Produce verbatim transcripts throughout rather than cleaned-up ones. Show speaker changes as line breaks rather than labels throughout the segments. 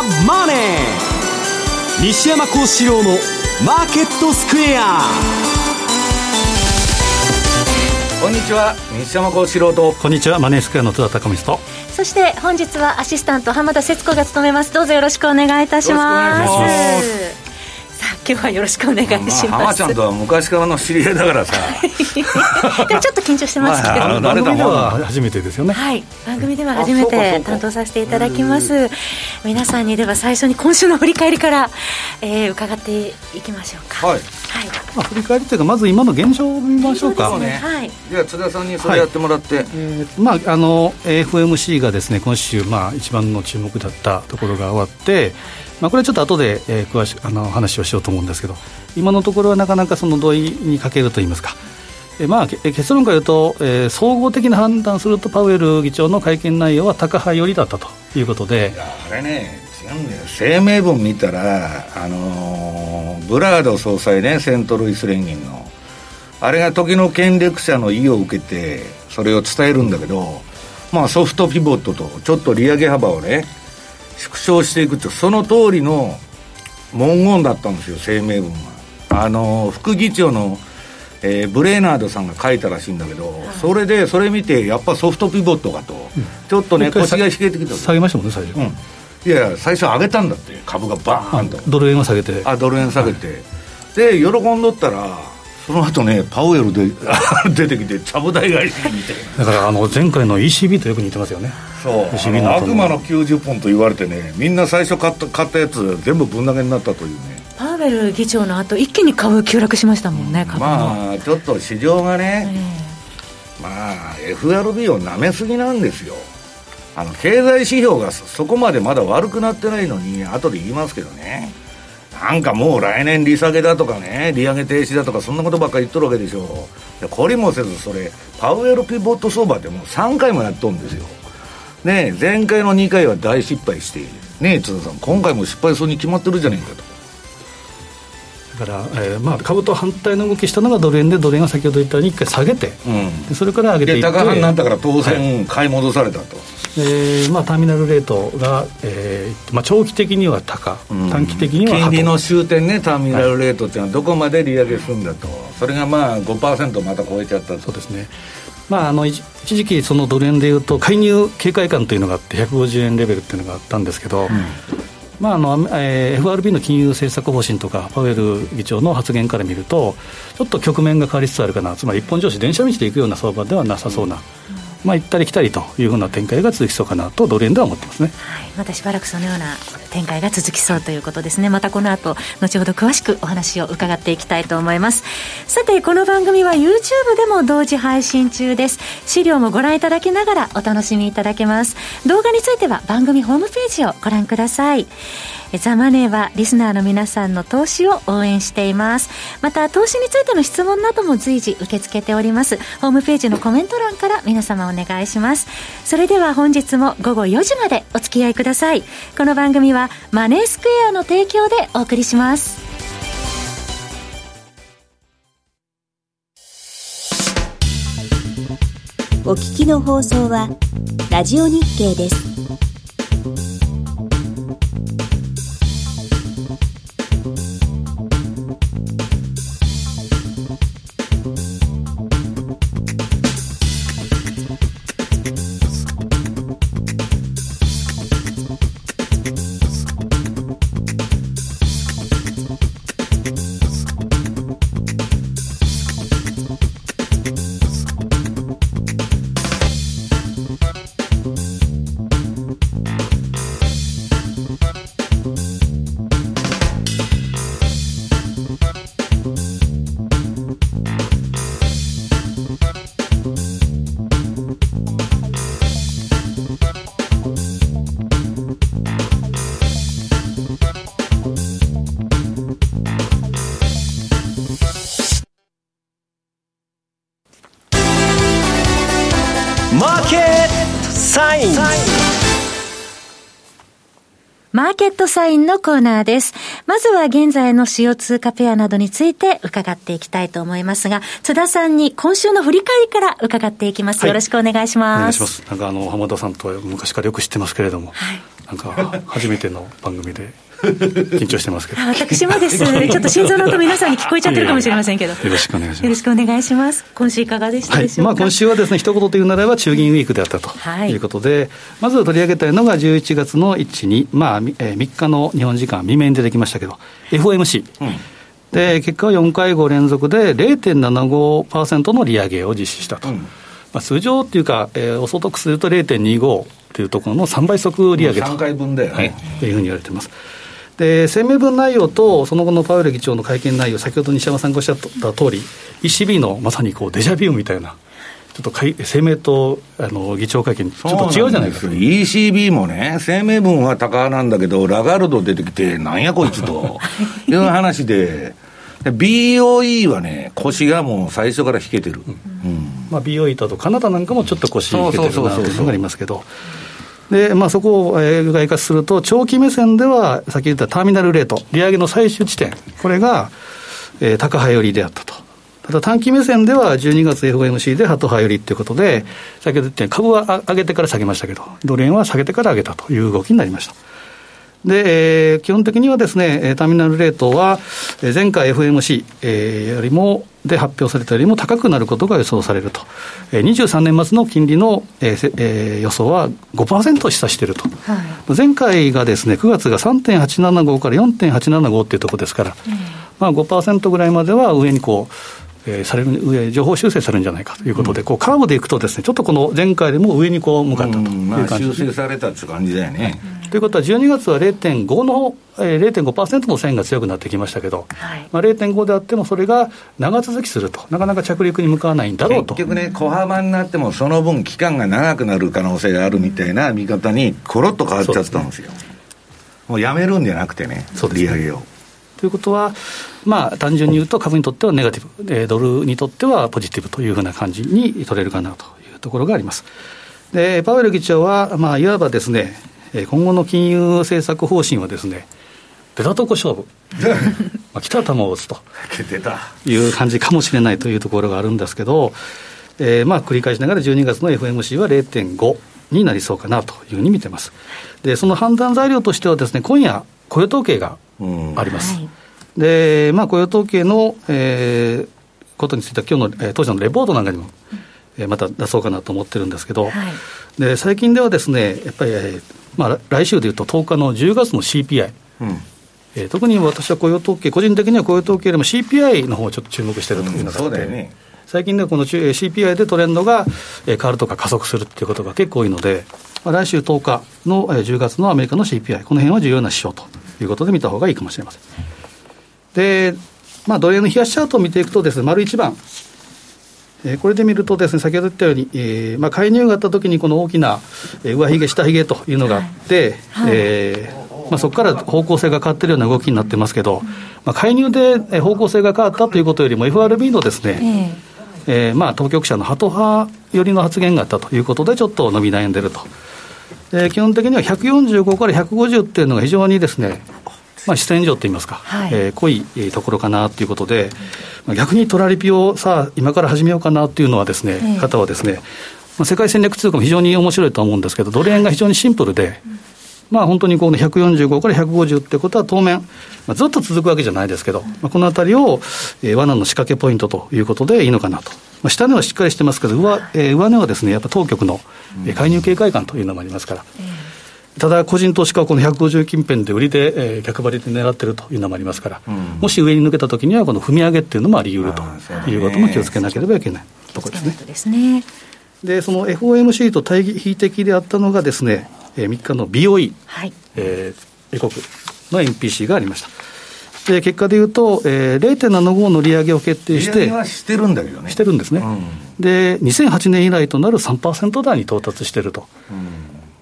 マネー」西山幸四郎のマーケットスクエア。
こんにちは、西山幸四郎と。
こんにちは、マネースクエアの津田孝光と。
そして本日はアシスタント浜田節子が務めます。どうぞよろしくお願いいたします。さあ今日はよろしくお願いします。
まあ、浜ちゃんとは昔からの知り合いだからさ
でもちょっと緊張してますけど、まあ、
番組では初めてですよね。
はい、番組では初めて担当させていただきます。皆さんにでは最初に今週の振り返りから、えー、伺っていきましょうか。
はい、
はい、
まあ、振り返りというかまず今の現状を見ましょうか。
そうですね、はい、
じゃあ津田さんにそれやってもらって、はい、
えーまあ、あの エフエムシー がですね今週、まあ、一番の注目だったところが終わって、まあ、これはちょっと後で、えー、詳しくあの話をしようと思うんですけど、今のところはなかなかその同意に欠けるといいますか、えーまあ、結論から言うと、えー、総合的な判断するとパウエル議長の会見内容は高派寄りだったということで。
いやあれね違うんだよ、声明文見たら、あのー、ブラード総裁ね、セントルイス連銀のあれが時の権力者の意を受けてそれを伝えるんだけど、まあ、ソフトピボットとちょっと利上げ幅をね縮小していくと、その通りの文言だったんですよ、声明文は。あの副議長の、えー、ブレーナードさんが書いたらしいんだけど、はい、それでそれ見てやっぱソフトピボットかと、うん、ちょっとね腰が引けてきた。
下げましたもんね最初、うん、
いや最初上げたんだって、株がバーンと
ドル円を下げて、
あドル円下げて、はい、で喜んどったらその後ねパウエルで出てきてちゃぶ台返しみたいな。
だからあの前回の イーシービー とよく似てますよね。
そう、悪魔のきゅうじゅっぽんと言われてね、みんな最初買った、買ったやつ全部ぶん投げになったというね。
パウエル議長の後一気に株急落しましたもんね、株の。
まあちょっと市場がね、えー、まあ エフアールビー を舐めすぎなんですよ。あの経済指標がそこまでまだ悪くなってないのに、後で言いますけどね、なんかもう来年利下げだとかね、利上げ停止だとかそんなことばっかり言っとるわけでしょ。これもせずそれパウエルピボット相場ってもうさんかいもやっとるんですよね。前回のにかいは大失敗しているね。え津田さん、今回も失敗そうに決まってるじゃないかと。
だから、えーまあ、株と反対の動きしたのがドル円で、ドル円が先ほど言ったようにいっかい下げて、うん、でそれから上げていって、
高派になったから当然買い戻されたと、はい、
えーまあ、ターミナルレートが、えーまあ、長期的には高、うん、短期的には
金利の終点ね、ターミナルレートっていうのはどこまで利上げするんだと、はい、それがまあ ごパーセント また超えちゃったと。
そうですね。まあ、あの 一, 一時期そのドル円でいうと介入警戒感というのがあってひゃくごじゅうえんレベルっていうのがあったんですけど、うん、まああのえー、エフアールビー の金融政策方針とかパウエル議長の発言から見るとちょっと局面が変わりつつあるかな。つまり一本上司電車道で行くような相場ではなさそうな、うん、まあ、行ったり来たりというふうな展開が続きそうかなとドル円では思ってますね。
はい、またしばらくそのような展開が続きそうということですね。またこの後後ほど詳しくお話を伺っていきたいと思います。さてこの番組は YouTube でも同時配信中です。資料もご覧いただきながらお楽しみいただけます。動画については番組ホームページをご覧ください。ザ・マネーはリスナーの皆さんの投資を応援しています。また投資についての質問なども随時受け付けております。ホームページのコメント欄から皆様お願いします。それでは本日も午後よじまでお付き合いください。この番組はマネースクエアの提供でお送りします。
お聞きの放送はラジオ日経です。
マーケットサイン。
マーケットサインのコーナーです。まずは現在の主要通貨ペアなどについて伺っていきたいと思いますが、津田さんに今週の振り返りから伺っていきます。はい、よろしくお願いします。
お願いします。なんかあの浜田さんとは昔からよく知ってますけれども、はい、 なんか初めての番組で緊張してますけど
私もですちょっと心臓の音皆さんに聞こえちゃってるかもしれませんけど、
よろしくお願いします。
よろしくお願いします。今週いかがでしたでしょうか。
はい、まあ、今週はですね一言と言うならば中銀ウィークであったということで、はい、まず取り上げたいのがじゅういちがつのいち、に、まあ、みっかの日本時間未明に出てきましたけど エフオーエムシー、うん、で結果はよんかいご連続で ゼロてんななごパーセント の利上げを実施したと、うん、まあ、通常っていうか、えー、おそ得すると ゼロてんにご というところのさんばい速利上げと、
さんかいぶんだよね、
はい、というふうに言われています。で声明文内容とその後のパウエル議長の会見内容、先ほど西山さんがおっしゃった通り イーシービー のまさにこうデジャビューみたいな、ちょっと声明とあの議長会見ちょっと違うじゃないですか。
イーシービー もね声明文は高派なんだけどラガルド出てきてなんやこいつという話でビーオーイー はね腰がもう最初から引けてる、うんうん、
まあ、ビーオーイー とあとカナダなんかもちょっと腰引けてるなというのがありますけど、で、まあ、そこを具体化すると長期目線では先言ったターミナルレート利上げの最終地点、これが、えー、高派寄りであったと。ただ短期目線ではじゅうにがつ エフオーエムシー でハト派寄りということで、先ほど言ったように株は上げてから下げましたけどドル円は下げてから上げたという動きになりました。で、えー、基本的にはですねターミナルレートは前回 エフオーエムシー、えー、よりもで発表されたよりも高くなることが予想されると、えー、にじゅうさんねん末の金利の、えーえー、予想は ごパーセント を示唆していると、はい、前回がですねくがつが さんてんはちななご から よんてんはちななご っていうところですから、うん、まあ、ごパーセント ぐらいまでは上にこうえー、される上情報修正されるんじゃないかということで、うん、こうカーブでいくとですねちょっとこの前回でも上にこう向かったという感じ、うん、まあ、
修正されたという感じだよね、
うん、ということはじゅうにがつは ゼロてんご の、えー、ゼロてんごパーセント の線が強くなってきましたけど、はい、まあ、ゼロてんご であってもそれが長続きするとなかなか着陸に向かわないんだろうと。
結局ね小幅になってもその分期間が長くなる可能性があるみたいな見方にコロッと変わっちゃったんですよ。もうやめるんじゃなくてね、利上げを。
ということは、まあ、単純に言うと株にとってはネガティブ、えー、ドルにとってはポジティブというふうな感じに取れるかなというところがあります。でパウエル議長は、まあ、いわばですね今後の金融政策方針はですね出たとこ勝負まあ来た球を打つという感じかもしれないというところがあるんですけど、えーまあ、繰り返しながらじゅうにがつの エフオーエムシー は ゼロてんご になりそうかなというふうに見てます。でその判断材料としてはですね今夜雇用統計があります、はい、でまあ、雇用統計の、えー、ことについては今日の、えー、当社のレポートなんかにも、えー、また出そうかなと思ってるんですけど、はい、で最近ではですねやっぱり、えーまあ、来週でいうととおかのじゅうがつの シーピーアイ、うん、えー、特に私は雇用統計個人的には雇用統計よりも シーピーアイ の方をちょっと注目しているというのがあって、うん、そうだよね、最近ではこの シーピーアイ でトレンドが変わるとか加速するということが結構多いので、まあ、来週とおかのじゅうがつのアメリカの シーピーアイ この辺は重要な指標ということで見た方がいいかもしれません。で、まあ、ドル円の冷やしチャートを見ていくとですね丸いちばん、えー、これで見るとですね先ほど言ったように、えーまあ、介入があったときにこの大きな、えー、上髭下髭というのがあって、はいはい、えーまあ、そこから方向性が変わっているような動きになってますけど、まあ、介入で方向性が変わったということよりも エフアールビー のですね、えーえーまあ、当局者のハト派寄りの発言があったということでちょっと伸び悩んでいると。で基本的にはひゃくよんじゅうごからひゃくごじゅうっていうのが非常にですね、まあ、視線上といいますか、はい、えー、濃いところかなということで、まあ、逆にトラリピをさあ今から始めようかなというのはですね、えー、方はですね、まあ、世界戦略通貨も非常に面白いと思うんですけどドル円が非常にシンプルで、まあ、本当にこのひゃくよんじゅうごからひゃくごじゅうってことは当面、まあ、ずっと続くわけじゃないですけど、まあ、このあたりを、えー、罠の仕掛けポイントということでいいのかなと。まあ、下値はしっかりしてますけど 上,、えー、上値はですねやっぱ当局の、えー、介入警戒感というのもありますから、うん、ただ個人投資家はこのひゃくごじゅう近辺で売りで、えー、逆張りで狙っているというのもありますから、うん、もし上に抜けたときにはこの踏み上げっていうのもあり得るということも気をつけなければいけないところですね。
ですね。で
その エフオーエムシー と対比的であったのがですね、えー、みっかの ビーオーイー、はい、えー、英国の エムピーシー がありました。で結果でいうと、えー、ゼロてんななご の利上げを決定して
利上げはしてるんだけどね、
してるんですね、うん、でにせんはちねん以来となる さんパーセント 台に到達していると、うん、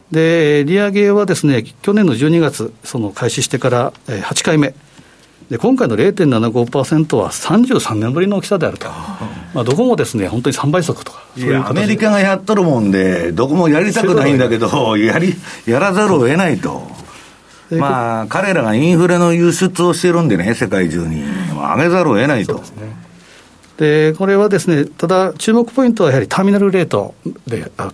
で利上げはですね去年のじゅうにがつその開始してから、えー、はちかいめで今回の ゼロてんななごパーセント はさんじゅうさんねんぶりの大きさであると、まあ、どこもですね本当にさんばい速とか
そういう形で、いやアメリカがやっとるもんでどこもやりたくないんだけどやりやらざるを得ないと。まあ、彼らがインフレの輸出をしてるんでね世界中に上げざるを得ないと。そうですね。
でこれはですねただ注目ポイントはやはりターミナルレートであると。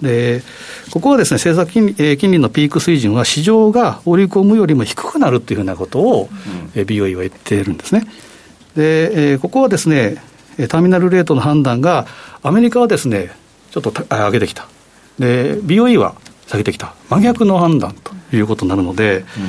でここはですね、政策金利、えー、金利のピーク水準は市場が織り込むよりも低くなるというふうなことを、うん、えー、ビーオーイー は言っているんですね。で、えー、ここはですね、ターミナルレートの判断がアメリカはですねちょっと上げてきた、で ビーオーイー は下げてきた、真逆の判断ということになるので、うん、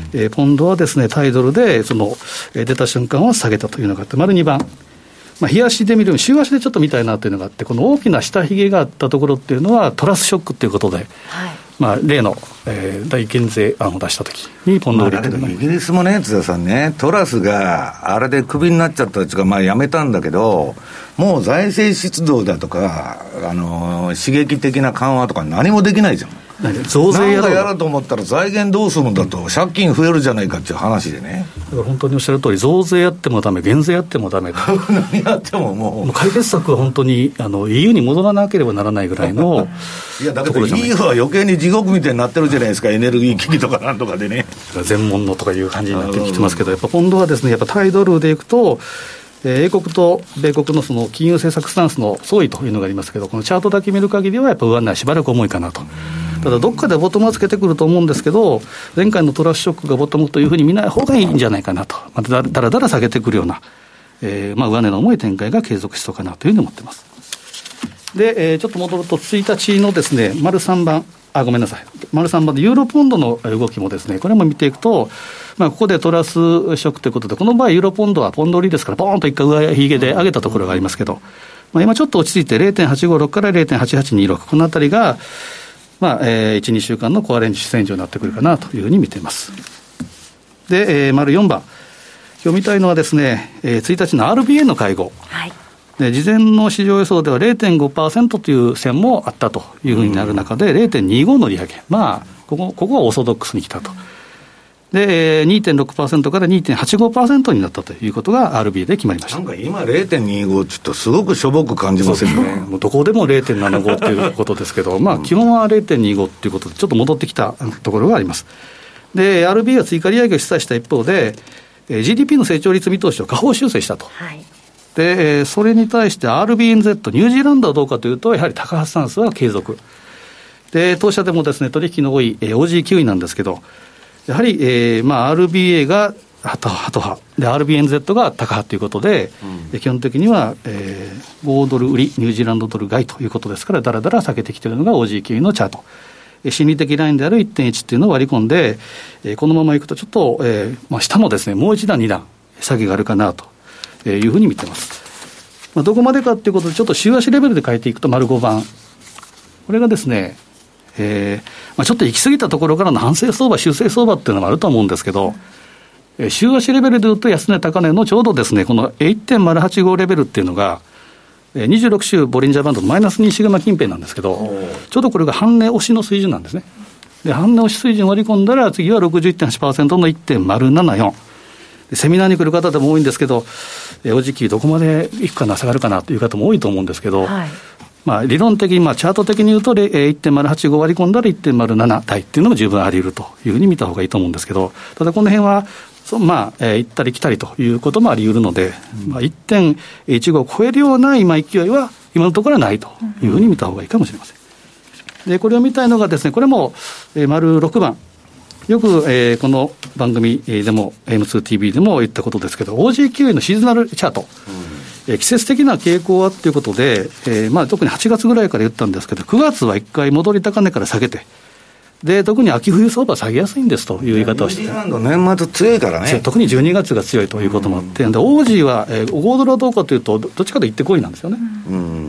えー、ポンドはですね対ドルでその、えー、出た瞬間は下げたというのがあって、丸にばん、まあ、日足で見る、週足でちょっと見たいなというのがあって、この大きな下髭があったところっていうのはトラスショックということで、はい、まあ、例の、えー、大減税案を出したときにポンド売りというのが、
まあ、イギリスもね、津田さんね、トラスがあれでクビになっちゃったというか、まあ、辞めたんだけど、もう財政出動だとか、あのー、刺激的な緩和とか何もできないじゃん。増税やろうやろうと思ったら財源どうするんだと、借金増えるじゃないかっていう話でね。
だから本当におっしゃる通り、増税やってもダメ、減税やってもダメと
何やってももう、
もう解決策は本当にあの イーユー に戻らなければならないぐらいの
いやだけど イーユー は余計に地獄みたいになってるじゃないですか、エネルギー危機とかなんとかでね、
全門のとかいう感じになってきてますけど、やっぱ今度はですね、やっぱ対ドルでいくと、えー、英国と米国のその金融政策スタンスの相違というのがありますけど、このチャートだけ見る限りはやっぱ上値はしばらく重いかなと。ただどっかでボトムはつけてくると思うんですけど、前回のトラスショックがボトムというふうに見ない方がいいんじゃないかなと、まただらだら下げてくるような、えーまあ、上値の重い展開が継続しそうかなというふうに思っています。で、えー、ちょっと戻るとついたちのですね、丸さんばん、あ、ごめんなさい、丸さんばんでユーロポンドの動きもですね、これも見ていくと、まあ、ここでトラスショックということで、この場合ユーロポンドはポンド売りですから、ボーンと一回上髭で上げたところがありますけど、まあ、今ちょっと落ち着いて ゼロてんはちごろく から ゼロてんはちはちにろく、このあたりが、まあえー、いち、にしゅうかんのコアレンジ主戦場になってくるかなというふうに見ています。で、えー、丸よんばん、今日見たいのはですね、えー、ついたちの アールビーエー の会合、はい、で事前の市場予想では ゼロてんごパーセント という線もあったというふうになる中で ゼロてんにじゅうご の利上げ、まあここ、ここはオーソドックスに来たと。で にてんろくパーセント から にてんはちごパーセント になったということが アールビー で決まりました。
なんか今 ゼロてんにじゅうご ちょっとすごくしょぼく感じませんね。
もうどこでも ゼロてんななご ということですけど、まあ基本は ゼロてんにじゅうご ということでちょっと戻ってきたところがあります。で アールビー は追加利上げを示唆した一方で ジーディーピー の成長率見通しを下方修正したと、はい、でそれに対して アールビーエヌゼット ニュージーランドはどうかというと、やはり高発スタンスは継続で、当社でもですね取引の多い オージーきゅういなんですけど、やはり、えーまあ、アールビーエー がハト派で アールビーエヌゼット が高派ということで、うん、基本的には、えー、ごドル売りニュージーランドドル買いということですから、だらだら下げてきているのが オージーきゅういのチャート、えー、心理的ラインである いってんいち っていうのを割り込んで、えー、このままいくとちょっと、えーまあ、下もですねもう一段二段下げがあるかなというふうに見ています。まあ、どこまでかということでちょっと週足レベルで変えていくと丸ごばん、これがですねえーまあ、ちょっと行き過ぎたところからの反省相場、修正相場っていうのもあると思うんですけど、えー、週足レベルでいうと安値高値のちょうどですねこの いってんまるはちご レベルっていうのが、えー、にじゅうろく週ボリンジャーバンドのマイナスにシグマ近辺なんですけど、ちょうどこれが半値押しの水準なんですね。で半値押し水準割り込んだら次は ろくじゅういってんはちパーセント の いってんまるななよん でセミナーに来る方でも多いんですけど、えー、おじきどこまでいくかな下がるかなという方も多いと思うんですけど、はい、まあ、理論的に、まあ、チャート的に言うと いってんまるはちご 割り込んだら いってんまるなな 台っていうのも十分あり得るというふうに見た方がいいと思うんですけど、ただこの辺はそ、まあえー、行ったり来たりということもあり得るので、うんまあ、いってんいちご を超えるような今勢いは今のところはないというふうに見た方がいいかもしれません。でこれを見たいのがですね、これも、えー、丸ろくばん、よく、えー、この番組でも エムツーティービー でも言ったことですけど オージーきゅうい のシーズナルチャート、うん、季節的な傾向はということで、えーまあ、特にはちがつぐらいから言ったんですけど、くがつはいっかい戻り高値から下げて、で特に秋冬相場下げやすいんですという言い方をして、
ニュージーランド年末強いからね、
特にじゅうにがつが強いということもあって、うん、でオージーは、えー、ごドルはどうかというとどっちかと行ってこいなんですよね、うん、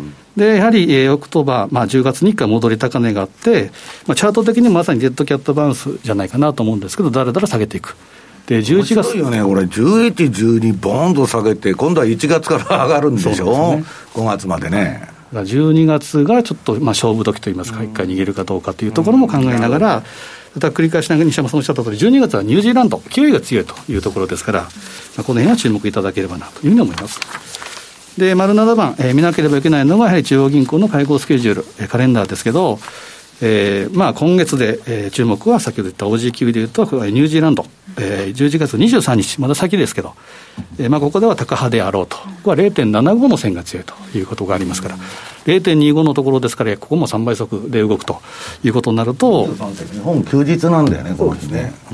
でやはり、えー、オクトーバー、まあ、じゅうがつにいっかい戻り高値があって、まあ、チャート的にまさにデッドキャットバウンスじゃないかなと思うんですけど、だらだら下げていく。でじゅういちがつ
面白いよね、俺じゅういち、じゅうにボーンと下げて今度はいちがつから上がるんでしょ、ね、ごがつまでね。
じゅうにがつがちょっと、まあ、勝負時といいますか、いっかい逃げるかどうかというところも考えながら、また繰り返しながら西山さんおっしゃった通り、じゅうにがつはニュージーランド勢いが強いというところですから、まあ、この辺は注目いただければなというふうに思います。で丸ななばん、えー、見なければいけないのがやはり中央銀行の会合スケジュール、えー、カレンダーですけど、 えーまあ、今月で、えー、注目は先ほど言った オージー 級でいうとニュージーランド、えー、じゅういちがつにじゅうさんにちまだ先ですけど、えーまあ、ここでは高派であろうと、ここは れいてんななご の線が強いということがありますから、れいてんにご のところですから、ここもさんばい速で動くということになると、
日本休日なんだよね、この日ね。うん、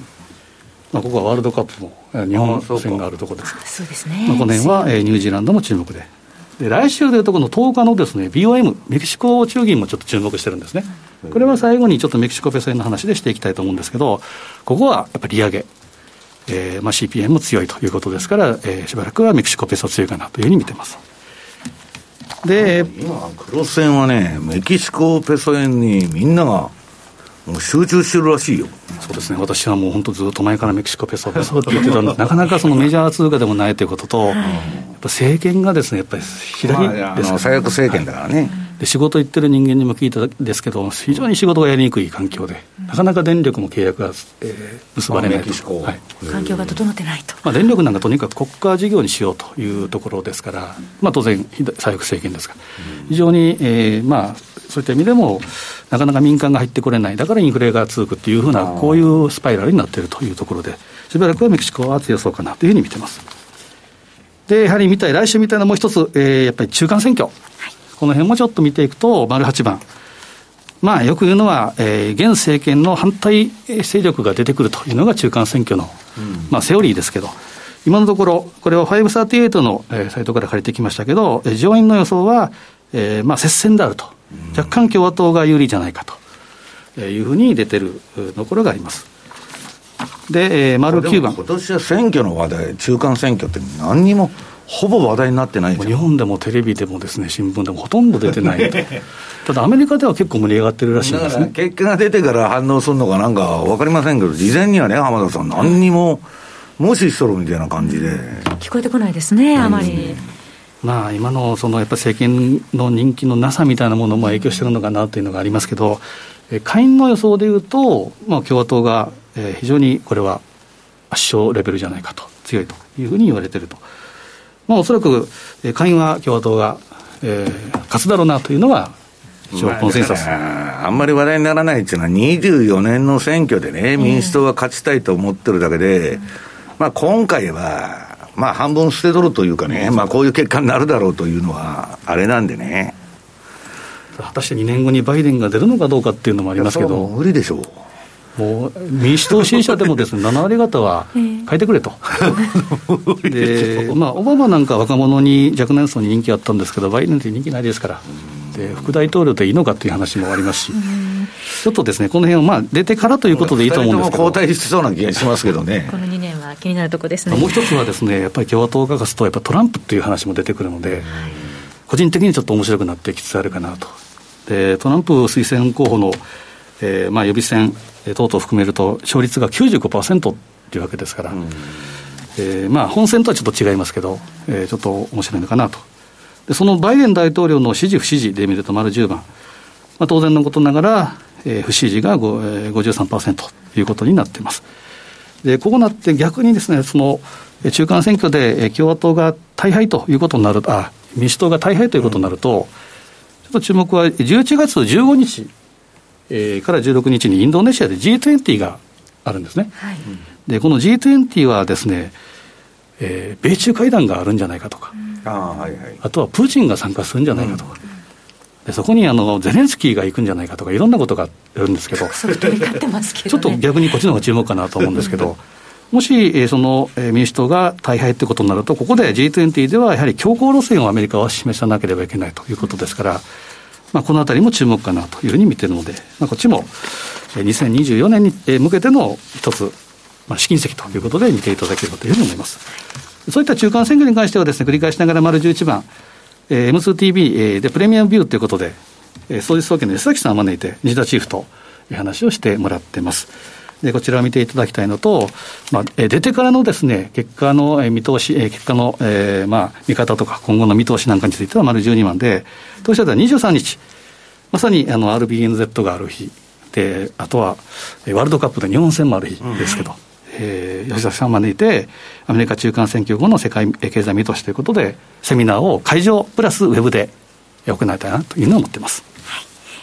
まあ、ここはワールドカップも日本戦があるところですから、
そうですね、
まあ、この辺は、えー、ニュージーランドも注目で、で来週でいうとこのとおかのですね ビーオーエム メキシコ中銀もちょっと注目してるんですね。これは最後にちょっとメキシコペソ円の話でしていきたいと思うんですけど、ここはやっぱり利上げ、えーまあ、シーピーエム も強いということですから、えー、しばらくはメキシコペソ強いかなというふうに見てます。で
今クロス円はねメキシコペソ円にみんながもう集中してるらしいよ。
そうですね、私はもう本当ずっと前からメキシコペソペソって言ってたんですなかなかそのメジャー通貨でもないということと、はい、やっぱ政権がですねやっぱり左です、
まあ、最悪政権だからね。
で仕事行ってる人間にも聞いたんですけど、非常に仕事がやりにくい環境で、なかなか電力も契約が、えー、結ばれないと、
はい、
環境が整ってないと、
まあ、電力なんかとにかく国家事業にしようというところですから、まあ、当然左翼政権ですが、非常に、えーまあ、そういった意味でもなかなか民間が入ってこれない、だからインフレが続くっていうふうな、こういうスパイラルになっているというところで、しばらくはメキシコは強そうかなというふうに見てます。でやはり見たい来週みたいなもう一つ、えー、やっぱり中間選挙、はい、この辺もちょっと見ていくと丸はちばん、まあ、よく言うのは、えー、現政権の反対勢力が出てくるというのが中間選挙の、うんまあ、セオリーですけど、今のところこれはごひゃくさんじゅうはちの、えー、サイトから借りてきましたけど、上院の予想は、えーまあ、接戦であると、若干共和党が有利じゃないかというふうに出てるところがあります。で、えー、丸きゅうばん、
今年は選挙の話題、中間選挙って何にもほぼ話題になってないじゃん。
日本でもテレビでもですね、新聞でもほとんど出てないただアメリカでは結構盛り上がってるらしいんですね。だから
結果が出てから反応するのかなんか分かりませんけど、事前にはね浜田さん何にも無視しとるみたいな感じで、
聞こえてこないですね、あまり。
まあ、今のそのやっぱり政権の人気のなさみたいなものも影響してるのかなというのがありますけど、下院の予想でいうと、まあ、共和党が非常にこれは圧勝レベルじゃないかと、強いというふうに言われていると、まあ、おそらく下院は共和党が、えー、勝つだろうなというのが一応コンセンサス、
まあ、あんまり話題にならないっていうのはにじゅうよねんの選挙でね、民主党が勝ちたいと思ってるだけで、うんまあ、今回はまあ、半分捨て取るというかね、まあ、こういう結果になるだろうというのはあれなんでね。
果たしてにねんごにバイデンが出るのかどうかっていうのもありますけど、
もう無理でしょ
う。もう民主党支持者でもですねななわり方は変えてくれとで、まあ、オバマなんか若者に若年層に人気あったんですけど、バイデンって人気ないですから、で副大統領でいいのかという話もありますし、ちょっとですねこの辺をまあ出てからということでいいと思うんですけど、
交代しそうな気がしますけどね。
このにねんは気になるところですね。
もう一つはですね、やっぱり共和党が勝つとやっぱトランプっていう話も出てくるので、はい、個人的にちょっと面白くなってきつつあるかなと。でトランプ推薦候補の、えーまあ、予備選等々含めると勝率が きゅうじゅうごパーセント というわけですから、えーまあ、本選とはちょっと違いますけど、えー、ちょっと面白いのかなと。でそのバイデン大統領の支持不支持で見ると丸じゅうばん、まあ、当然のことながら、えー、不支持が ご、えー、ごじゅうさんパーセント ということになっています。でこうなって逆にですね、その中間選挙で共和党が大敗ということになる、あ民主党が大敗ということになると、うん、ちょっと注目はじゅういちがつじゅうごにち、えー、からじゅうろくにちにインドネシアで ジートゥエンティー があるんですね、はい、でこの ジートゥエンティー はですね、えー、米中会談があるんじゃないかとか、うん、あ, はいはい、あとはプーチンが参加するんじゃないかとか、うん、でそこにあのゼレンスキーが行くんじゃないかとかいろんなことがあるんですけど、
ちょっ
と逆にこっちの方が注目かなと思うんですけどもし、えー、その、えー、民主党が大敗ということになると、ここで ジートゥエンティー ではやはり強硬路線をアメリカは示さなければいけないということですから、まあ、このあたりも注目かなというふうに見ているので、まあ、こっちもにせんにじゅうよねんに向けての一つ、まあ、試金石ということで見ていただければというふうに思います。そういった中間選挙に関してはですね、繰り返しながら丸じゅういちばん、えー、エムツーティービー でプレミアムビューということで、えー、総実総研の安崎さんを招いて西田チーフと話をしてもらってます。でこちらを見ていただきたいのと、まあ、出てからのですね結果の見通し、結果の、えーまあ、見方とか今後の見通しなんかについては丸じゅうにばんで、当社ではにじゅうさんにちまさにあの アールビーエヌゼット がある日で、あとはワールドカップで日本戦もある日ですけど、うんえー、吉崎さんを招いてアメリカ中間選挙後の世界経済見通しということでセミナーを会場プラスウェブで行いたいなというのを思っています。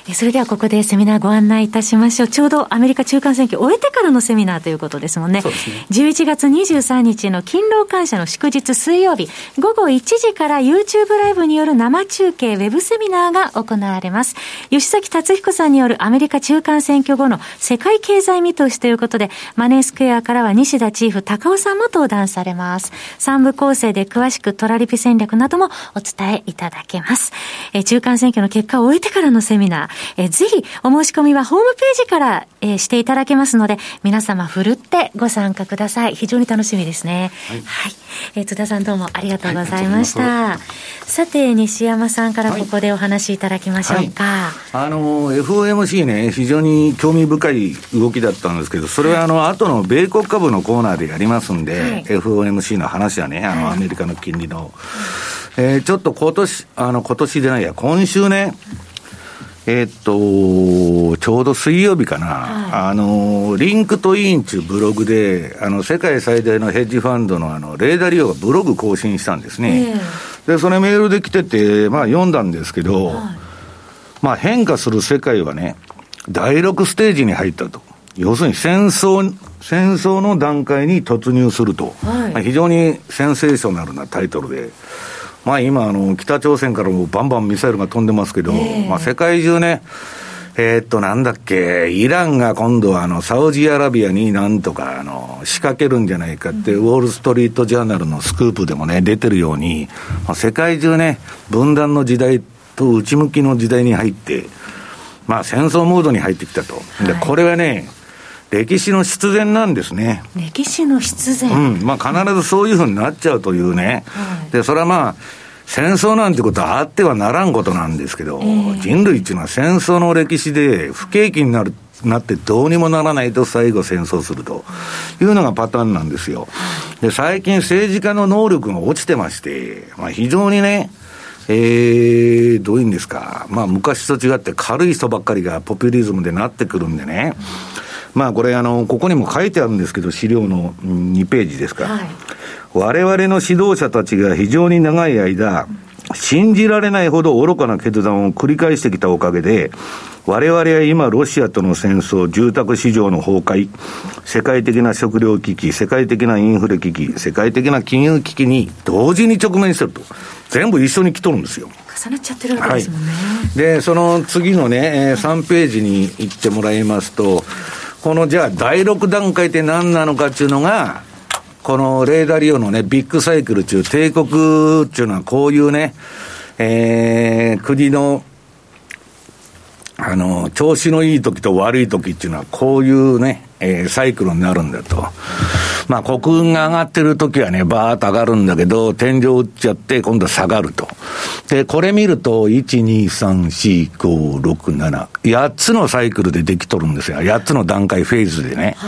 それではここでセミナーご案内いたしましょう。ちょうどアメリカ中間選挙を終えてからのセミナーということですもんね。そうですね。じゅういちがつにじゅうさんにちの勤労感謝の祝日水曜日ごごいちじから YouTube ライブによる生中継ウェブセミナーが行われます。吉崎達彦さんによるアメリカ中間選挙後の世界経済見通しということで、マネースクエアからは西田チーフ高尾さんも登壇されます。さん部構成で詳しくトラリピ戦略などもお伝えいただけます。え中間選挙の結果を終えてからのセミナー、えぜひお申し込みはホームページから、えー、していただけますので、皆様ふるってご参加ください。非常に楽しみですね。はい、はい、えー、津田さんどうもありがとうございました。はい、さて西山さんからここでお話しいただきましょうか。はいはい、
あの エフオーエムシー ね、非常に興味深い動きだったんですけど、それはあの後の米国株のコーナーでやりますんで、はい、エフオーエムシー の話はね、あのアメリカの金利の、はい、えー、ちょっと今年あの今年でないや今週ね、えー、っとちょうど水曜日かな、はい、あのリンクトインというブログであの世界最大のヘッジファンドのあのレーダーリオがブログ更新したんですね。えー、でそれメールで来てて、まあ、読んだんですけど、はい、まあ、変化する世界はねだいろくステージに入ったと。要するに戦争戦争の段階に突入すると、はい、まあ、非常にセンセーショナルなタイトルで、まあ、今あの北朝鮮からもバンバンミサイルが飛んでますけど、えーまあ、世界中ね、えー、っとなんだっけ、イランが今度はあのサウジアラビアになんとかあの仕掛けるんじゃないかって、うん、ウォールストリートジャーナルのスクープでもね出てるように、まあ、世界中ね分断の時代と内向きの時代に入って、まあ、戦争モードに入ってきたと。でこれはね歴史の必然なんですね。
歴史の必然、
うん、まあ、必ずそういうふうになっちゃうというね、はい、でそれはまあ戦争なんてことはあってはならんことなんですけど、えー、人類っていうのは戦争の歴史で不景気になるなってどうにもならないと最後戦争するというのがパターンなんですよ。で最近政治家の能力が落ちてまして、まあ、非常にねえー、どういうんですか、まあ、昔と違って軽い人ばっかりがポピュリズムでなってくるんでね、まあこれあのここにも書いてあるんですけど、資料のにページですか、はい、我々の指導者たちが非常に長い間信じられないほど愚かな決断を繰り返してきたおかげで、我々は今ロシアとの戦争、住宅市場の崩壊、世界的な食糧危機、世界的なインフレ危機、世界的な金融危機に同時に直面してると。全部一緒に来とるんですよ。
重なっちゃってるわけですもんね。
はい、でその次のねさんページに行ってもらいますと、このじゃあだいろく段階って何なのかっていうのが、このレーダーリオのねビッグサイクル中、帝国っていうのはこういうね、えー、国のあの調子のいい時と悪い時っていうのはこういうね、えー、サイクルになるんだと。まあ国運が上がってる時はねバーッと上がるんだけど、天井打っちゃって今度は下がると。でこれ見るといちにさんしごろくななやっつのサイクルでできとるんですよ。やっつの段階フェーズでね、はい、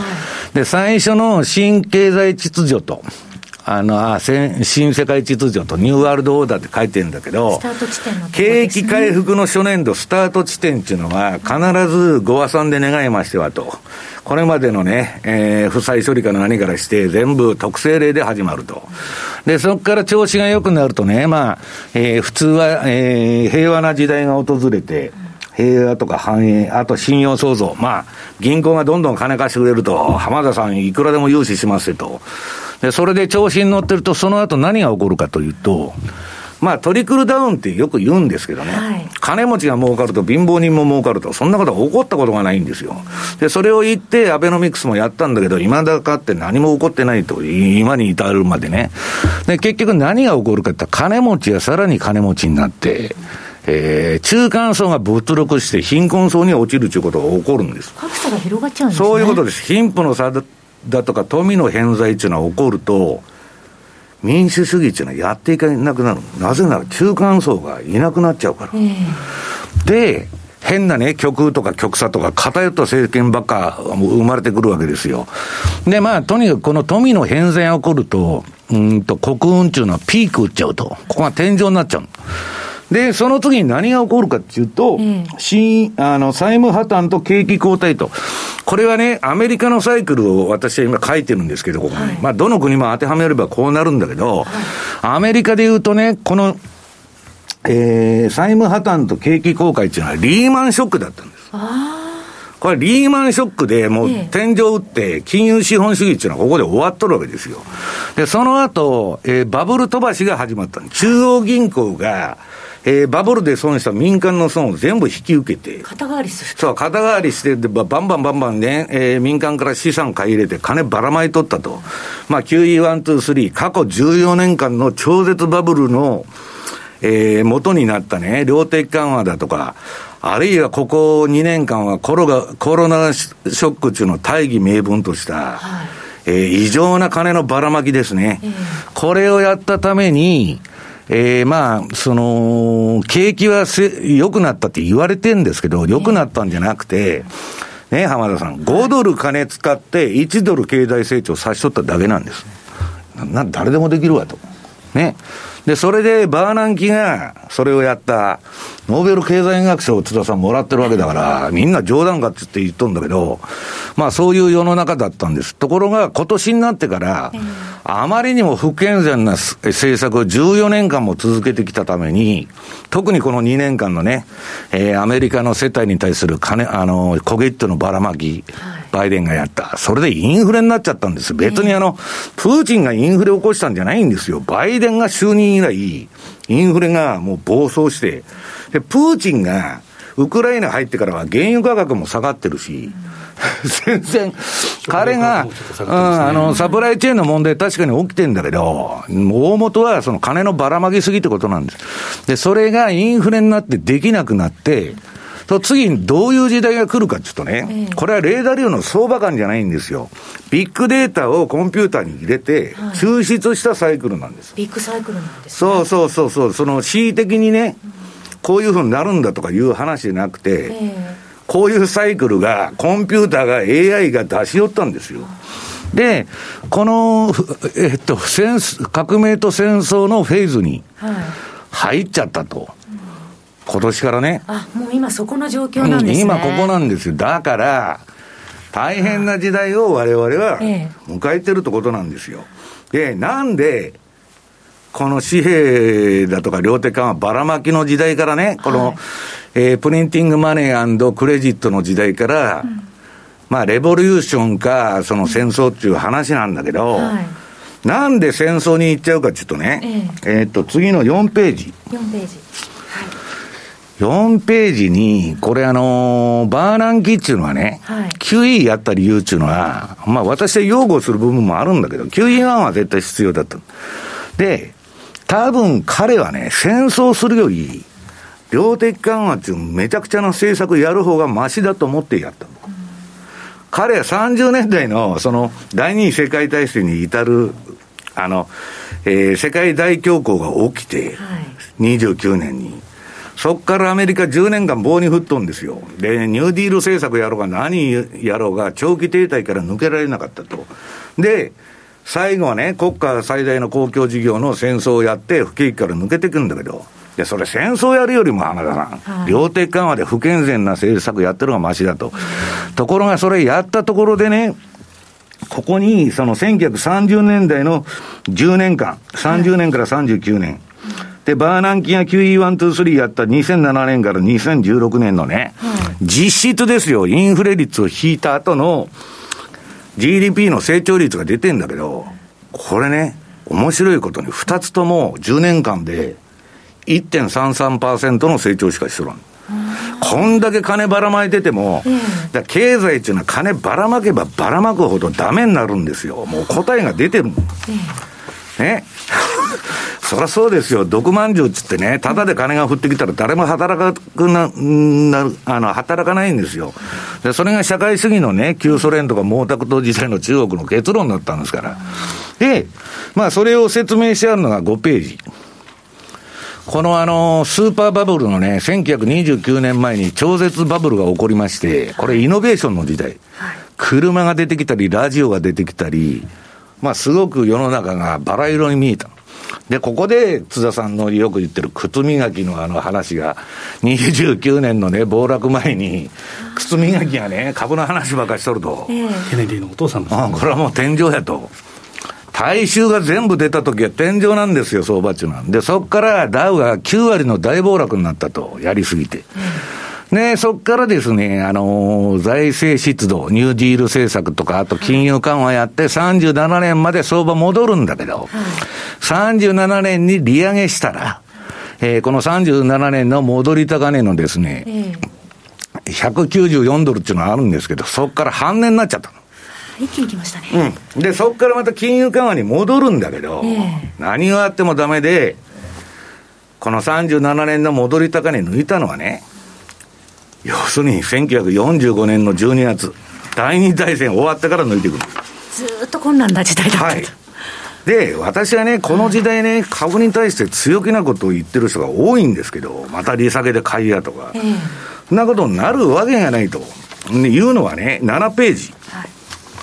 で最初の新経済秩序とあのあ新世界秩序とニューワールドオーダーって書いてるんだけど、
スタート地点のとこ
ですね、景気回復の初年度スタート地点っていうのは必ずご和算で願いましてはと、これまでのね、えー、負債処理から何からして全部特性例で始まると。でそこから調子が良くなるとね、まあ、えー、普通は、えー、平和な時代が訪れて、平和とか繁栄、あと信用創造、まあ銀行がどんどん金貸してくれると、浜田さんいくらでも融資しますよと。でそれで調子に乗ってると、その後何が起こるかというと、まあトリクルダウンってよく言うんですけどね、はい、金持ちが儲かると貧乏人も儲かると、そんなことが起こったことがないんですよ。でそれを言ってアベノミクスもやったんだけど、今だかって何も起こってないと、今に至るまでね。で結局何が起こるかって、金持ちがさらに金持ちになって、えー、中間層が没落して貧困層に落ちるということが起こるんです。
格差が広がっちゃうんですね。
そういうことです。貧富の差だだとか富の偏在というのは起こると、民主主義というのはやっていかなくなる。なぜなら中間層がいなくなっちゃうから、えー、で変なね極右とか極左とか偏った政権ばっか生まれてくるわけですよ。でまあとにかくこの富の偏在が起こると、うんと国運というのはピーク打っちゃうと、ここが天井になっちゃう。でその次に何が起こるかっていうと、うん、新あの債務破綻と景気後退と。これはねアメリカのサイクルを私は今書いてるんですけど、ここに、はい、まあどの国も当てはめればこうなるんだけど、はい、アメリカで言うとね、この、えー、 ー、債務破綻と景気崩壊っていうのはリーマンショックだったんです。
あ
これリーマンショックでもう天井打って金融資本主義っていうのはここで終わっとるわけですよ。で、その後、えー、バブル飛ばしが始まったんです。中央銀行が、えー、バブルで損した民間の損を全部引き受けて。
肩代わりする。
そう、肩代わりして、バンバンバンバンね、えー、民間から資産買い入れて金ばらまいとったと。まあ、キューイーワン、ツー、スリー、過去じゅうよねんかんの超絶バブルの、えー、元になったね、量的緩和だとか、あるいはここにねんかんはコロナ、コロナショックっていうのを大義名分とした、はい、えー、異常な金のばらまきですね。えー、これをやったために、えー、まあ、その、景気は良くなったって言われてんですけど、良くなったんじゃなくて、ね、浜田さん、ごドル金使っていちドル経済成長さしとっただけなんです。な、誰でもできるわと。ね。で、それでバーナンキがそれをやったノーベル経済学賞を津田さんもらってるわけだから、みんな冗談かって言っとんだけど、まあそういう世の中だったんです。ところが今年になってから、あまりにも不健全な政策をじゅうよねんかんも続けてきたために、特にこのにねんかんのね、えー、アメリカの世帯に対する金、あの、小切手のばらまき、バイデンがやった。それでインフレになっちゃったんです。別にあの、プーチンがインフレを起こしたんじゃないんですよ。バイデンが就任以来、インフレがもう暴走して、で、プーチンがウクライナ入ってからは原油価格も下がってるし、全然、彼が、うん、あの、サプライチェーンの問題確かに起きてんだけど、大元はその金のばらまきすぎってことなんです。で、それがインフレになってできなくなって、と次にどういう時代が来るかっていうとね、これはレーダー流の相場感じゃないんですよ。ビッグデータをコンピューターに入れて、抽出したサイクルなんです。
ビッグサイクルなんですね。
そうそうそうそう、その恣意的にね、こういうふうになるんだとかいう話じゃなくて、こういうサイクルがコンピューターが エーアイ が出し寄ったんですよ。で、この、えっと、戦革命と戦争のフェーズに入っちゃったと。今年からね。
あ、もう今そこの状況なんですね。
今ここなんですよ。だから、大変な時代を我々は迎えてるってことなんですよ。で、なんで、この紙幣だとか量的緩和ばらまきの時代からね、この、はい、えー、プリンティングマネー&クレジットの時代から、うん、まあ、レボリューションか、その戦争っていう話なんだけど、はい、なんで戦争に行っちゃうかっていうとね、えー、えー、っと、次のよんページ。
よんページ。
よんページに、これあのー、バーナンキっていうのはね、はい、キューイー やった理由っていうのは、まあ私は擁護する部分もあるんだけど、キューイーワン は絶対必要だった。で、多分彼はね、戦争するより、量的緩和っていうめちゃくちゃな政策やる方がマシだと思ってやった。うん、彼はさんじゅうねんだいの、その、第二次世界大戦に至る、あの、えー、世界大恐慌が起きて、はい、にじゅうきゅうねんに。そっからアメリカじゅうねんかん棒に振っとんですよ。で、ニューディール政策やろうが何やろうが長期停滞から抜けられなかったと。で、最後はね、国家最大の公共事業の戦争をやって不景気から抜けていくんだけど、いや、それ戦争やるよりも浜田さん、はい、量的緩和で不健全な政策やってるのがマシだと。ところがそれやったところでね、ここにそのせんきゅうひゃくさんじゅうねんだいのじゅうねんかん、さんじゅうねんからさんじゅうきゅうねん、はい、で、バーナンキが キューイーワン、ツー、スリー やったにせんななねんからにせんじゅうろくねんのね、はい、実質ですよ、インフレ率を引いた後の ジーディーピー の成長率が出てんだけど、これね、面白いことにふたつともじゅうねんかんで いってんさんさんパーセント の成長しかしとらん。こんだけ金ばらまいてても、うん、だ経済っていうのは金ばらまけばばらまくほどダメになるんですよ。もう答えが出てるもん。うん、ね。そりゃそうですよ。毒まんじゅうっつってね、ただで金が降ってきたら誰も働かな、なる、あの、働かないんですよ。で、それが社会主義のね、旧ソ連とか毛沢東時代の中国の結論だったんですから。で、まあ、それを説明してあるのがごページ。このあの、スーパーバブルのね、せんきゅうひゃくにじゅうきゅうねんまえに超絶バブルが起こりまして、これイノベーションの時代。車が出てきたり、ラジオが出てきたり、まあ、すごく世の中がバラ色に見えた。で、ここで津田さんのよく言ってる靴磨きのあの話が、にじゅうきゅうねんのね、暴落前に、靴磨きがね、株の話ばっかりしとると。
ケネディのお父さんです、ね。
あ、これはもう天井やと。 大衆が全部出た時は天井なんですよ、相場っていうのは。で、そこからダウがきゅう割の大暴落になったと、やりすぎて。うん、で、そこからですね、あのー、財政出動、ニューディール政策とか、あと金融緩和やってさんじゅうななねんまで相場戻るんだけど、はい、さんじゅうななねんに利上げしたら、えー、このさんじゅうななねんの戻り高値のですね、えー、ひゃくきゅうじゅうよんドルっていうのがあるんですけど、そこから半値になっちゃったの。
一気に来ましたね。
うん。で、そこからまた金融緩和に戻るんだけど、えー、何があってもダメで、このさんじゅうななねんの戻り高値抜いたのはね、要するにせんきゅうひゃくよんじゅうごねんのじゅうにがつ、第二次大戦終わってから抜いてくる。
ずーっと困難な時代だったと。はい。
で、私はね、この時代ね、株に対して強気なことを言ってる人が多いんですけど、また利下げで買いやとか、えー、そんなことになるわけがないというのはね、ななページ。はい、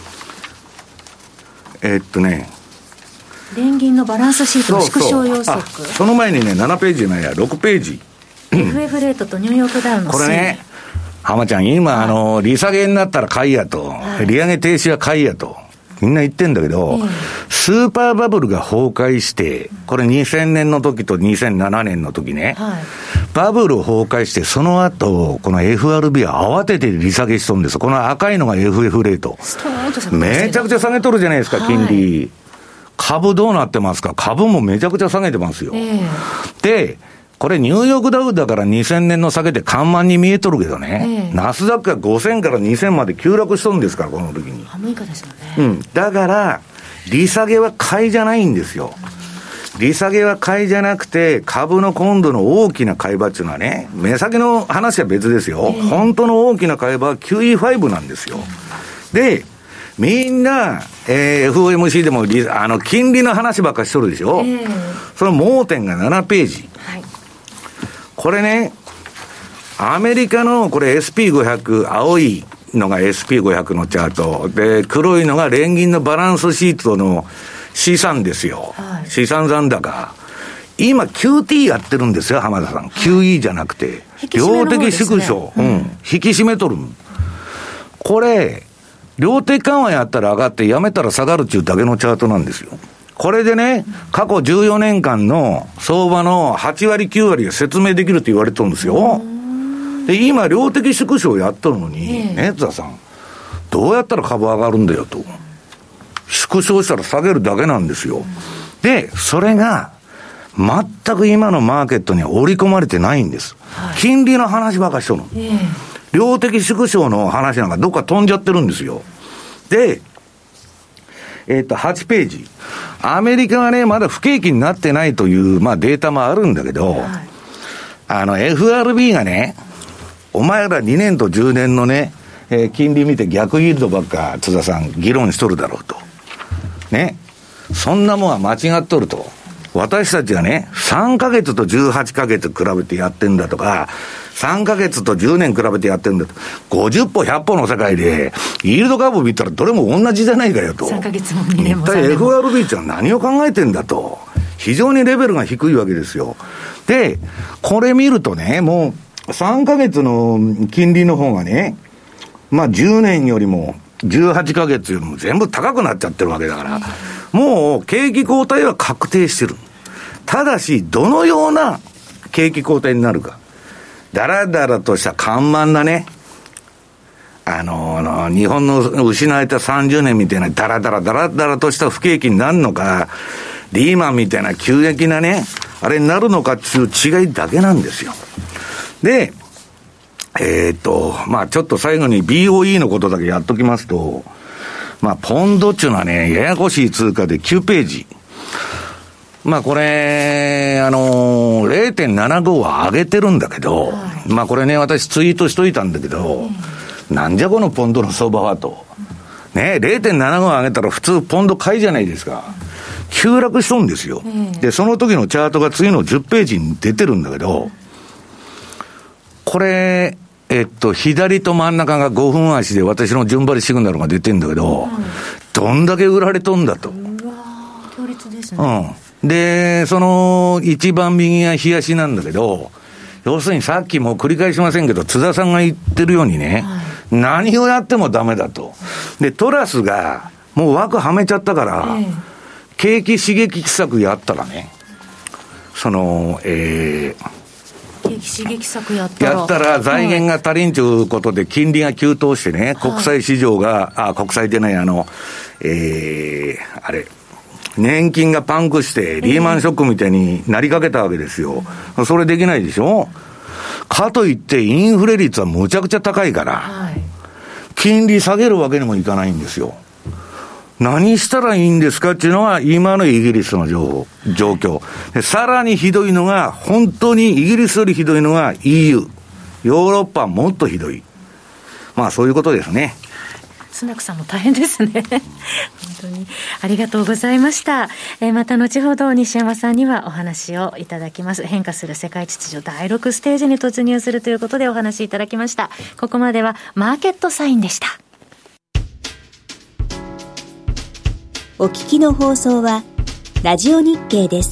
えー、っとね、
連銀のバランスシートの縮小予測。
そうそう、その前にね、ななページじゃないや、ろくページ。
エフエフ レートとニューヨークダウの
これね、浜ちゃん、今、あの、利下げになったら買いやと、はい、利上げ停止は買いやと、みんな言ってんだけど、えー、スーパーバブルが崩壊して、これにせんねんの時とにせんななねんの時ね、はい、バブル崩壊して、その後、この エフアールビー は慌てて利下げしとるんです。この赤いのが エフエフ レート。めちゃくちゃ下げとるじゃないですか、金利。はい、株どうなってますか？株もめちゃくちゃ下げてますよ。えー、で、これニューヨークダウだからにせんねんの下げで緩慢に見えとるけどね、えー、ナスダックがごせんからにせんまで急落しとるんですから、この時に。
半分以下ですよね。
うん。だから、利下げは買いじゃないんですよ。利下げは買いじゃなくて、株の今度の大きな買い場っていうのはね、目先の話は別ですよ。えー、本当の大きな買い場は キューイーファイブ なんですよ。で、みんな、えー、エフオーエムシー でもあの金利の話ばっかりしとるでしょ、えー、その盲点がななページ、はい、これね、アメリカのこれ エスピーごひゃく、青いのが エスピーごひゃく のチャートで、黒いのが連銀のバランスシートの資産ですよ、はい、資産残高。今 キューティー やってるんですよ、浜田さん。はい、キューイー じゃなくて量的縮小、うん、引き締めとる。これ量的緩和やったら上がってやめたら下がるっていうだけのチャートなんですよ。これでね、過去じゅうよねんかんの相場のはち割きゅう割が説明できるって言われてるんですよ。で、今量的縮小やっとるのに、ね、津田さん、どうやったら株上がるんだよと。縮小したら下げるだけなんですよ。で、それが全く今のマーケットには織り込まれてないんです。金利の話ばっかりしとるの。量的縮小の話なんかどっか飛んじゃってるんですよ。で、えっと、はちページ。アメリカはね、まだ不景気になってないという、まあデータもあるんだけど、はい、あの、エフアールビー がね、お前らにねんとじゅうねんのね、えー、金利見て逆イールドばっか、津田さん、議論しとるだろうと。ね。そんなもんは間違っとると。私たちがね、さんかげつとじゅうはちかげつ比べてやってんだとか、さんかげつとじゅうねん比べてやってんだと。ごじゅっぽひゃっぽの世界で、イールドカーブ見たらどれも同じじゃないかよと。
さんかげつもにねんもさんねんも。
一体 エフアールビー ってのは何を考えてんだと。非常にレベルが低いわけですよ。で、これ見るとね、もうさんかげつの金利の方がね、まあじゅうねんよりもじゅうはちかげつよりも全部高くなっちゃってるわけだから、もう景気後退は確定してる。ただし、どのような景気後退になるか。だらだらとした緩慢なね、あの、あの日本の失われたさんじゅうねんみたいなだらだらだらだらとした不景気になるのか、リーマンみたいな急激なね、あれになるのかっていう違いだけなんですよ。で、えー、っと、まあちょっと最後に ビーオーイー のことだけやっときますと、まあポンドっていうのはね、ややこしい通貨できゅうページ。まあこれ、あのー、れいてんななご は上げてるんだけど、はい、まあこれね、私ツイートしといたんだけど、うん、なんじゃこのポンドの相場はと。ね、れいてんななご 上げたら普通ポンド買いじゃないですか。急落しとんですよ。うん、で、その時のチャートが次のじゅっページに出てるんだけど、これ、えっと、左と真ん中がごふん足で私の順張りシグナルが出てるんだけど、うん、どんだけ売られとんだと。
うわー、強烈ですね。
うん。で、その一番右が冷やしなんだけど、要するにさっきも繰り返しませんけど、津田さんが言ってるようにね、はい、何をやってもダメだと。で、トラスがもう枠はめちゃったから、ええ、 景気刺激策やったらね、その、えー、
景気刺激策やったら
やったら財源が足りんということで金利が急騰してね、国債市場が、はい、あ、国債でないあの、えー、あれ年金がパンクしてリーマンショックみたいになりかけたわけですよ、えー、それできないでしょ。かといってインフレ率はむちゃくちゃ高いから、はい、金利下げるわけにもいかないんですよ。何したらいいんですかっていうのは今のイギリスの情報状況で、さらにひどいのが、本当にイギリスよりひどいのが イーユー、 ヨーロッパはもっとひどい。まあそういうことですね。
スナクさんも大変ですね本当にありがとうございました。えー、また後ほど西山さんにはお話をいただきます。変化する世界秩序だいろくステージに突入するということでお話いただきました。ここまではマーケットサインでした。
お聞きの放送はラジオ日経です。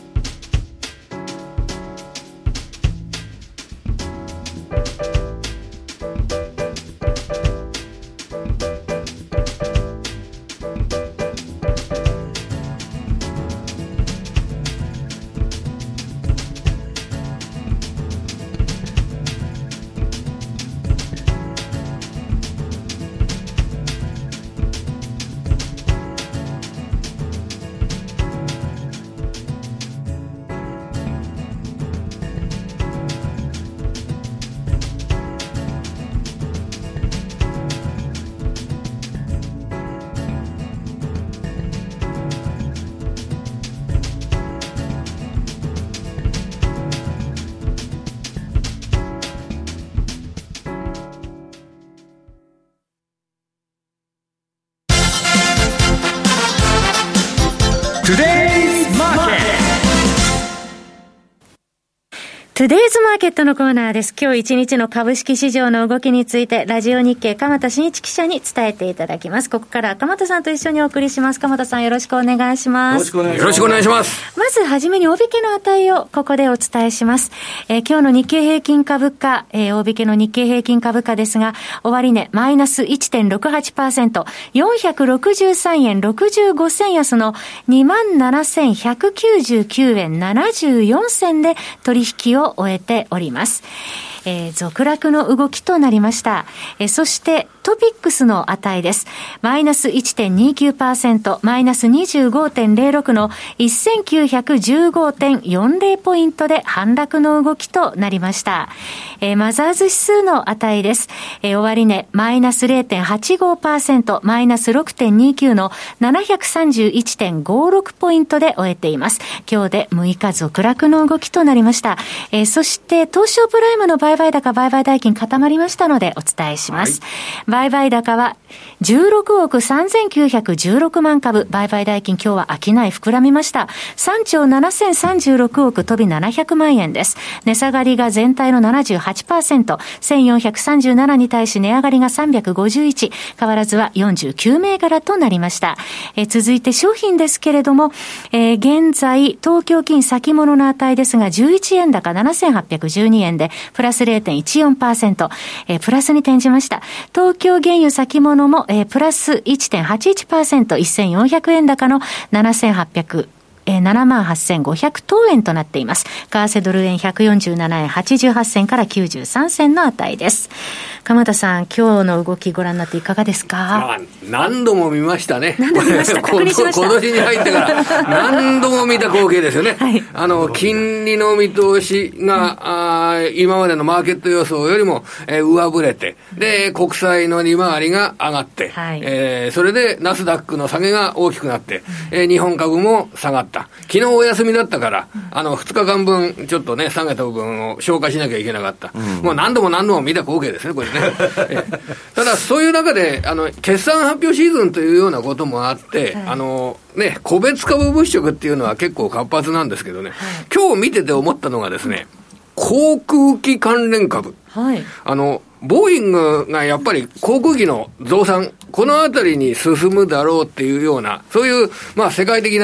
トゥデイズマーケットのコーナーです。今日一日の株式市場の動きについてラジオ日経鎌田新一記者に伝えていただきます。ここから鎌田さんと一緒にお送りします。鎌田さんよろしくお願いします。
よろしくお願いします。
よろしくお願いします。
まずはじめに大引けの値をここでお伝えします。えー、今日の日経平均株価、えー、大引けの日経平均株価ですが、終値マイナス いってんろくはちパーセント、よんひゃくろくじゅうさんえんろくじゅうご銭安の にまんななせんひゃくきゅうじゅうきゅうえんななじゅうよん銭で取引を終えております。えー、続落の動きとなりました。えー、そしてトピックスの値です。マイナス いってんにきゅうパーセント、マイナス にじゅうごてんぜろろく の せんきゅうひゃくじゅうごてんよんぜろ ポイントで反落の動きとなりました。えー、マザーズ指数の値です。えー、終値マイナス れいてんはちごパーセント、マイナス ろくてんにきゅう の ななひゃくさんじゅういちてんごろく ポイントで終えています。今日でむいか続落の動きとなりました。えー、そして東証プライムの売買高売買代金固まりましたのでお伝えします。はい、売買高はじゅうろくおくさんぜんきゅうひゃくじゅうろくまん株、売買代金今日は商い膨らみました。さんちょうななせんさんじゅうろくおく飛びななひゃくまんえんです。値下がりが全体の ななじゅうはちパーセント、せんよんひゃくさんじゅうななに対し値上がりがさんびゃくごじゅういち、変わらずはよんじゅうきゅう銘柄となりました。えー、続いて商品ですけれども、えー、現在東京金先物の値ですがじゅういちえん高ななせんはっぴゃくじゅうにえんでプラス れいてんいちよんパーセント、えー、プラスに転じました。東京原油先物も、えー、プラス いちてんはちいちパーセント、せんよんひゃくえん高のななせんはっぴゃくえー、ななまんはっせんごひゃくとうえんとなっています。為替ドル円ひゃくよんじゅうななえんはちじゅうはち銭からきゅうじゅうさん銭の値です。鎌田さん、今日の動きご覧になっていかがですか？
まあ、何度も見ましたね。
何度も見ました。確認しました。
今年に入ってから何度も見た光景ですよね。はい、あの金利の見通しが、うん、あ今までのマーケット予想よりも、えー、上振れて、で国債の利回りが上がって、はい、えー、それでナスダックの下げが大きくなって、うん、えー、日本株も下がった。昨日お休みだったから、あのふつかかんぶんちょっとね下げた部分を消化しなきゃいけなかった、うん、もう何度も何度も見た光景ですねこれねえただそういう中であの決算発表シーズンというようなこともあって、はい、あのね、個別株物色っていうのは結構活発なんですけどね、はい、今日見てて思ったのがですね、航空機関連株、はい、あのボーイングがやっぱり航空機の増産、このあたりに進むだろうっていうような、そういう、まあ、世界的な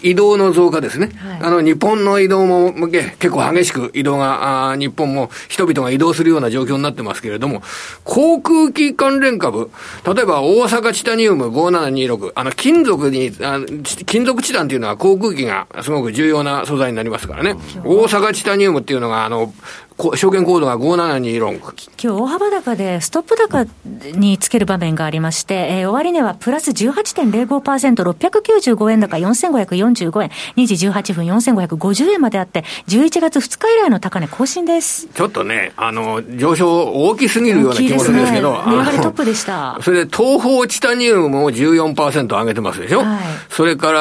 移動の増加ですね。
はい、
あの、日本の移動も結構激しく移動が、あ日本も人々が移動するような状況になってますけれども、航空機関連株、例えば大阪チタニウムごななにろく、あの、金属に、あ金属チタンっていうのは航空機がすごく重要な素材になりますからね。大阪チタニウムっていうのが、あの、証券コードがごななにろく。
今日大幅高でストップ高につける場面がありまして、えー、終値はプラス じゅうはちてんぜろごパーセント、ろっぴゃくきゅうじゅうごえん高よんせんごひゃくよんじゅうごえん、にじじゅうはっぷんよんせんごひゃくごじゅうえんまであって、じゅういちがつふつか以来の高値更新です。
ちょっとね、あの、上昇大きすぎるような気もするんですけど、
値上がりトップでした。
それで東方チタニウムも じゅうよんパーセント 上げてますでしょ。はい、それから、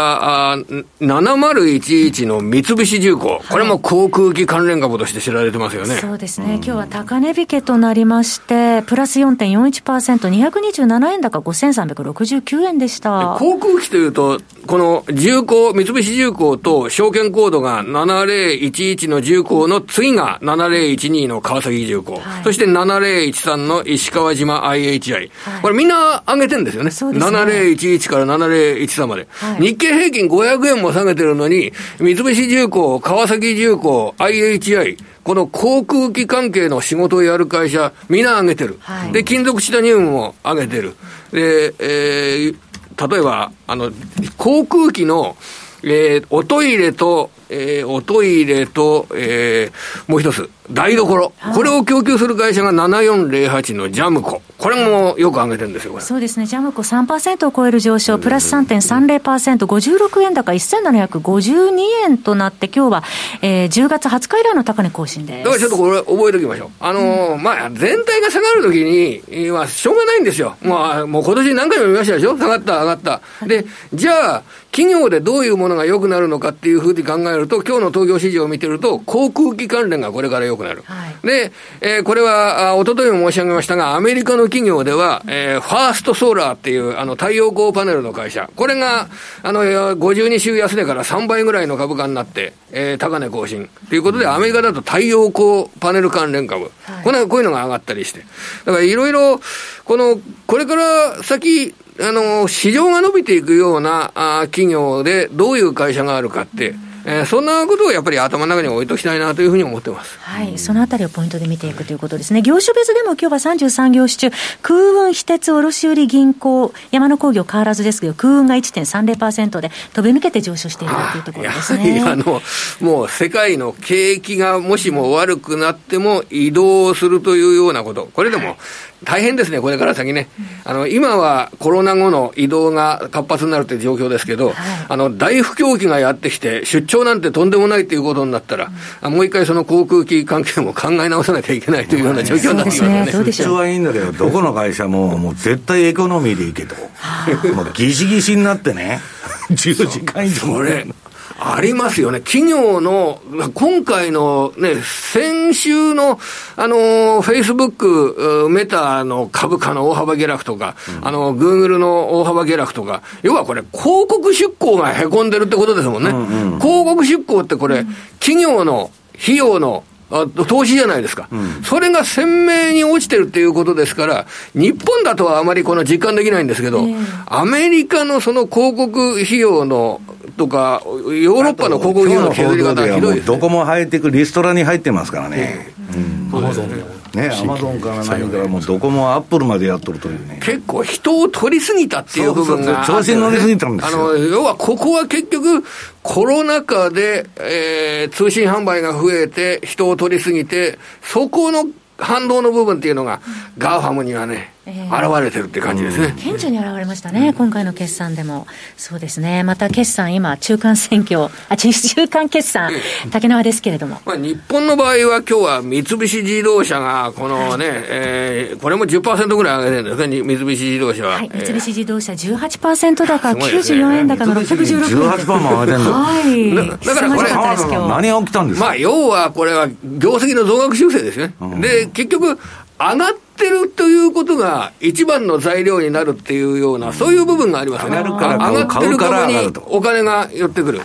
あななまるいちいちの三菱重工、これも航空機関連株として知られてますよね。はい、
そうですね。今日は高値引けとなりまして、プラス よんてんよんいちパーセント、にひゃくにじゅうななえん高ごせんさんびゃくろくじゅうきゅうえんでした。
航空機というと、この重工、三菱重工と証券コードがななぜろいちいちの重工の次がななぜろいちにの川崎重工、はい、そしてななぜろいちさんの石川島 アイエイチアイ、はい、これみんな上げてるんですよね。
そうですね。
ななぜろいちいちからななぜろいちさんまで、はい、日経平均ごひゃくえんも下げてるのに、三菱重工、川崎重工、アイエイチアイ、この航空機関係の仕事をやる会社、みんな上げてる。はい、で、金属チタニウムも上げてる。で、えー、例えば、あの、航空機の、えー、おトイレと、えー、おトイレと、えー、もう一つ、台所、はい、これを供給する会社がななよんぜろはちのジャムコ。これもよく上げてるんですよ、これ。
そうですね。ジャムコ さんパーセント を超える上昇、プラス さんてんさんぜろパーセント、ごじゅうろくえん高せんななひゃくごじゅうにえんとなって、今日は、えー、じゅうがつはつか以来の高値更新です。
だからちょっとこれ覚えておきましょう。あのーうん、まあ、全体が下がるときに、はしょうがないんですよ。まあ、もう今年何回も見ましたでしょ。下がった、上がった。で、じゃあ、企業でどういうものが良くなるのかっていうふうに考えると、今日の東京市場を見てると、航空機関連がこれから良くなる。はい、で、えー、これは、あ、一昨日も申し上げましたが、アメリカの企業では、えー、ファーストソーラーっていう、あの、太陽光パネルの会社。これが、あの、ごじゅうに週安値からさんばいぐらいの株価になって、えー、高値更新。ということで、アメリカだと太陽光パネル関連株。はい、このこういうのが上がったりして。だから、いろいろ、この、これから先、あの、市場が伸びていくようなあ企業でどういう会社があるかって、うんえー、そんなことをやっぱり頭の中に置いときたいなというふうに思ってます。
はい、そのあたりをポイントで見ていくということですね。業種別でも今日はさんじゅうさんぎょうし中、空運、非鉄、卸売、銀行、山の工業変わらずですけど、空運が いってんさんぜろパーセント で飛び抜けて上昇しているというところですね。
あの、もう世界の景気がもしも悪くなっても移動するというようなこと、これでも、はい大変ですね、これから先ね。あの、今はコロナ後の移動が活発になるという状況ですけど、はい、あの、大不況期がやってきて、出張なんてとんでもないということになったら、うん、もう一回その航空機関係も考え直さなきゃいけないというような状況になってきますよね。
出張はいいんだけど、どこの会社も、もう絶対エコノミーで行けと。もうギシギシになってね、じゅうじかん以上。
それありますよね。企業の、今回のね、先週の、あの、フェイスブック、メタの株価の大幅下落とか、うん、あの、グーグルの大幅下落とか、要はこれ、広告出稿がへこんでるってことですもんね。うんうん、広告出稿ってこれ、うん、企業の費用の、あ投資じゃないですか、うん、それが鮮明に落ちてるっていうことですから、日本だとはあまりこの実感できないんですけど、えー、アメリカのその広告費用のとか、ヨーロッパの広告費用の削り方はひどいです、ね、
どこも入ってくるリストラに入ってますからね。アマゾンね、アマゾンから何からもうどこもアップルまでやっとるというね。
結構人を取りすぎたっていう部分が、
調子に乗りすぎたんですよ。
あの、要はここは結局コロナ禍で、えー、通信販売が増えて人を取りすぎて、そこの反動の部分っていうのが、うん、ガーファムにはね、えー、現れてるって感じですね、うん、
顕著に現れましたね、うん、今回の決算でも。そうですね。また決算、今中間選挙あ中間決算、うん、竹縄ですけれども、
まあ、日本の場合は今日は三菱自動車がこのね、はいえー、これも じゅっパーセント ぐらい上げてるんですね、三菱自動車は、はい
えー、三菱自動車 じゅうはちパーセント 高、きゅうじゅうよんえん高のろっぴゃくじゅうろくえん
じゅうはちパーセント も上げてるの、
はい、
だからこれ
何が起きたんですか。
まあ、要はこれは業績の増額修正ですね、うん、で結局上がってるということが一番の材料になるっていうような、そういう部分がありますよね。上がってる株にお金が寄ってくる。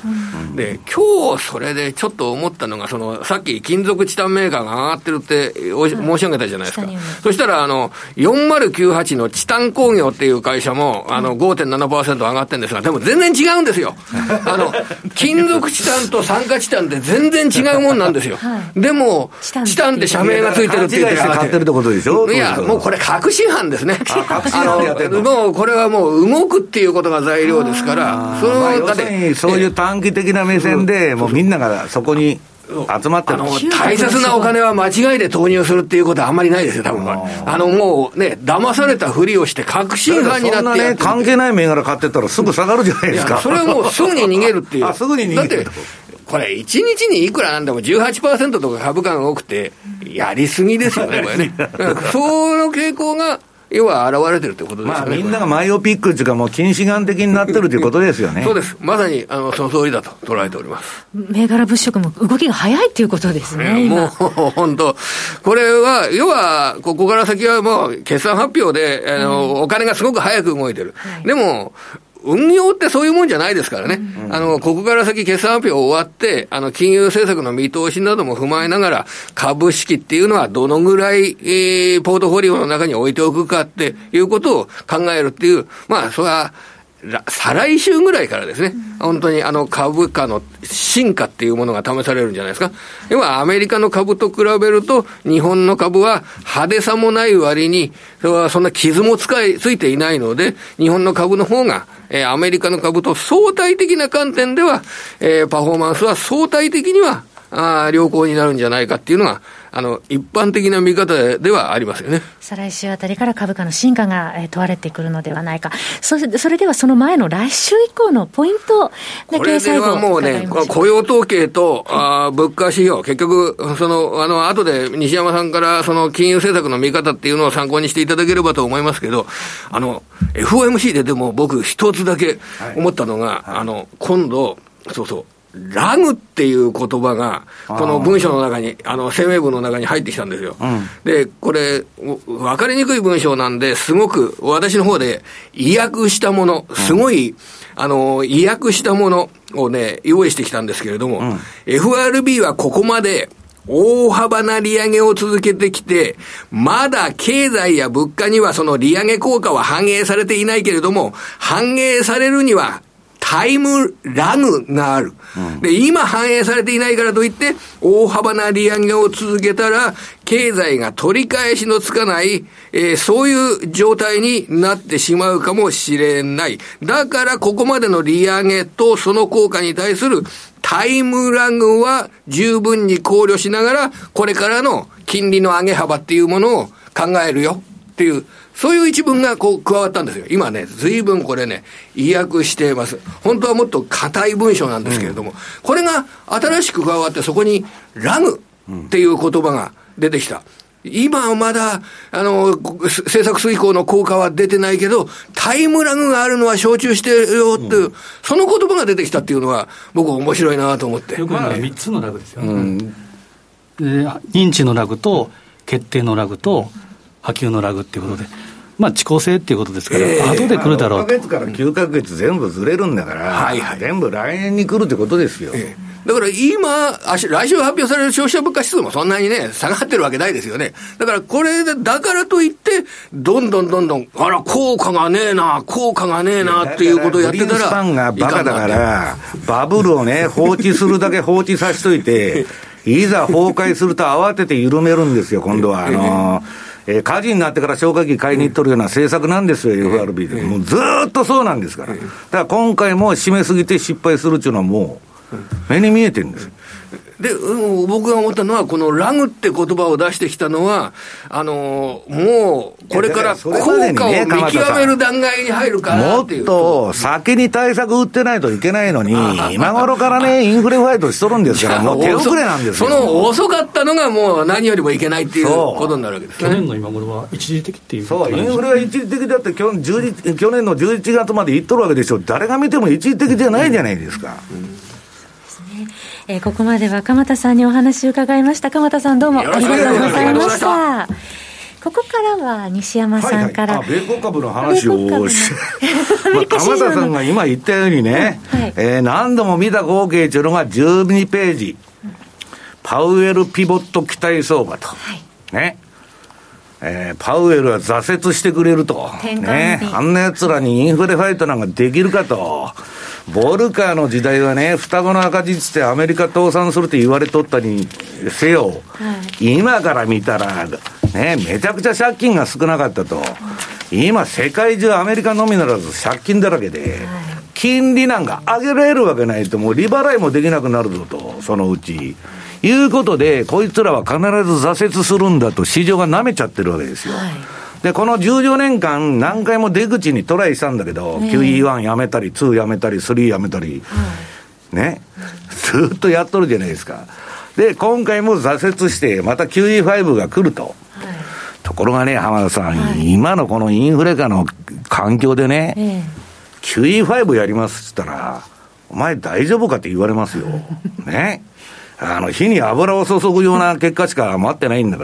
で、今日それでちょっと思ったのが、そのさっき金属チタンメーカーが上がってるって申し上げたじゃないですか。そしたらあのよんまるきゅうはちのチタン工業っていう会社もあの ごてんななパーセント 上がってるんですが、でも全然違うんですよ。あの金属チタンと酸化チタンって全然違うもんなんですよ。はい、でもチタンって社名がついてるって言って
買ってるってことでしょ。
いやもうこれ確信犯ですね。
確信犯でやってるの。
もうこれはもう動くっていうことが材料ですから、その、
まあ、要するにそういう短期的な目線で、もうみんながそこに集まってる。
あの大切なお金は間違いで投入するっていうことはあんまりないですよ、多分。あ, あのもうね、騙されたふりをして確信犯になってやってる。そんなね、
関係ない銘柄買ってったらすぐ下がるじゃないですか。
それはもうすぐに逃げるっていう。
あ、すぐに逃げる。
だってこれいちにちにいくらなんでも じゅうはちパーセント とか株価が多くてやりすぎですよね、これね。その傾向が要は現れてるということですよね。
まあ、みんながマイオピックっていうか、もう近視眼的になってるということですよね。
そうです。まさにあのその通りだと捉えております。
銘柄物色も動きが早いということですね。
もう本当、これは要はここから先はもう決算発表であの、うん、お金がすごく早く動いてる。はい、でも運用ってそういうもんじゃないですからね。うん、あの、ここから先決算発表終わって、あの、金融政策の見通しなども踏まえながら、株式っていうのはどのぐらい、えー、ポートフォリオの中に置いておくかっていうことを考えるっていう、まあ、それは、再来週ぐらいからですね、うん、本当にあの株価の進化っていうものが試されるんじゃないですか。要はアメリカの株と比べると日本の株は派手さもない割にそれはそんな傷もつかいついていないので、日本の株の方が、えー、アメリカの株と相対的な観点では、えー、パフォーマンスは相対的にはあ良好になるんじゃないかっていうのがあの一般的な見方ではありますよね。
再来週あたりから株価の進化が、えー、問われてくるのではないか。それ、それではその前の来週以降のポイントだけ最後
これではもうね、雇用統計とあ物価指標、結局そのあの後で西山さんからその金融政策の見方っていうのを参考にしていただければと思いますけど、あの エフオーエムシー ででも僕一つだけ思ったのが、はいはい、あの今度そうそうラグっていう言葉がこの文章の中にあの声明文の中に入ってきたんですよ、うん、でこれ分かりにくい文章なんですごく私の方で意訳したものすごい、うん、あの意訳したものをね用意してきたんですけれども、うん、エフアールビー はここまで大幅な利上げを続けてきて、まだ経済や物価にはその利上げ効果は反映されていないけれども、反映されるにはタイムラグがある、うん、で今反映されていないからといって大幅な利上げを続けたら経済が取り返しのつかない、えー、そういう状態になってしまうかもしれない。だからここまでの利上げとその効果に対するタイムラグは十分に考慮しながらこれからの金利の上げ幅っていうものを考えるよっていう、そういう一文がこう加わったんですよ。今ね、随分これね、意訳しています。本当はもっと硬い文章なんですけれども、うん、これが新しく加わってそこにラグっていう言葉が出てきた。今はまだ、あの、政策遂行の効果は出てないけど、タイムラグがあるのは承知してるよっていう、うん、その言葉が出てきたっていうのは、僕面白いなと思って。
よく言うのはみっつのラグですよね。うん、で認知のラグと、決定のラグと、波及のラグっていうことで。まあ、遅効性っていうことですから、えー、後で来るだろう。
ろっかげつからきゅうかげつ全部ずれるんだから、はいはい、全部来年に来るってことですよ。えー
だから今、来週発表される消費者物価指数もそんなにね、下がってるわけないですよね。だからこれで、だからといって、どんどんどんどん、あら、効果がねえな、効果がねえなっていうことをやってたら。グリーンスパンがバカだから、バブルをね、放置するだけ放置させといて、いざ崩壊すると慌てて緩めるんですよ、今度は。あのーえー、火事になってから消火器買いに行っとるような政策なんですよ、エフアールビー で。もうずーっとそうなんですから。だから今回も締めすぎて失敗するっていうのはもう、目に見えてるんです。で、うん、僕が思ったのはこのラグって言葉を出してきたのはあのー、もうこれから効果を見極める段階に入るからっていう。もっと先に対策打ってないといけないのに今頃からねインフレファイトしとるんですからもう手遅れなんですよ。その遅かったのがもう何よりもいけないっていうことになるわけですね。
去年の今頃は一時的っていう。
そう、インフレは一時的だって去年去年のじゅういちがつまで言っとるわけでしょ。誰が見ても一時的じゃないじゃないですか、うんうん。
えー、ここまでは鎌田さんにお話を伺いました。鎌田さんどうもありがとうございました。 ここからは西山さんから、
はいはい、米国株の話をしてまあ、鎌田さんが今言ったようにね、はい、えー、何度も見た光景というのがじゅうにページ、パウエルピボット期待相場と、はい、ね、えー、パウエルは挫折してくれると、ね、あんなやつらにインフレファイトなんかできるかと。ボルカーの時代はね、双子の赤字つってアメリカ倒産するって言われとったにせよ、はい、今から見たら、ね、めちゃくちゃ借金が少なかったと、うん、今世界中アメリカのみならず借金だらけで、はい、金利なんか上げられるわけないと、もう利払いもできなくなるぞと、そのうちいうことで、こいつらは必ず挫折するんだと市場が舐めちゃってるわけですよ、はい。で、このじゅうよねんかん何回も出口にトライしたんだけど、えー、キューイーワン やめたり、ツーやめたり、スリーやめたり、うん、ね、ずっとやっとるじゃないですか。で、今回も挫折して、また キューイーファイブ が来ると。はい、ところがね、浜田さん、はい、今のこのインフレ下の環境でね、えー、キューイーファイブ やりますって言ったら、お前大丈夫かって言われますよ。ね。あの、火に油を注ぐような結果しか待ってないんだから。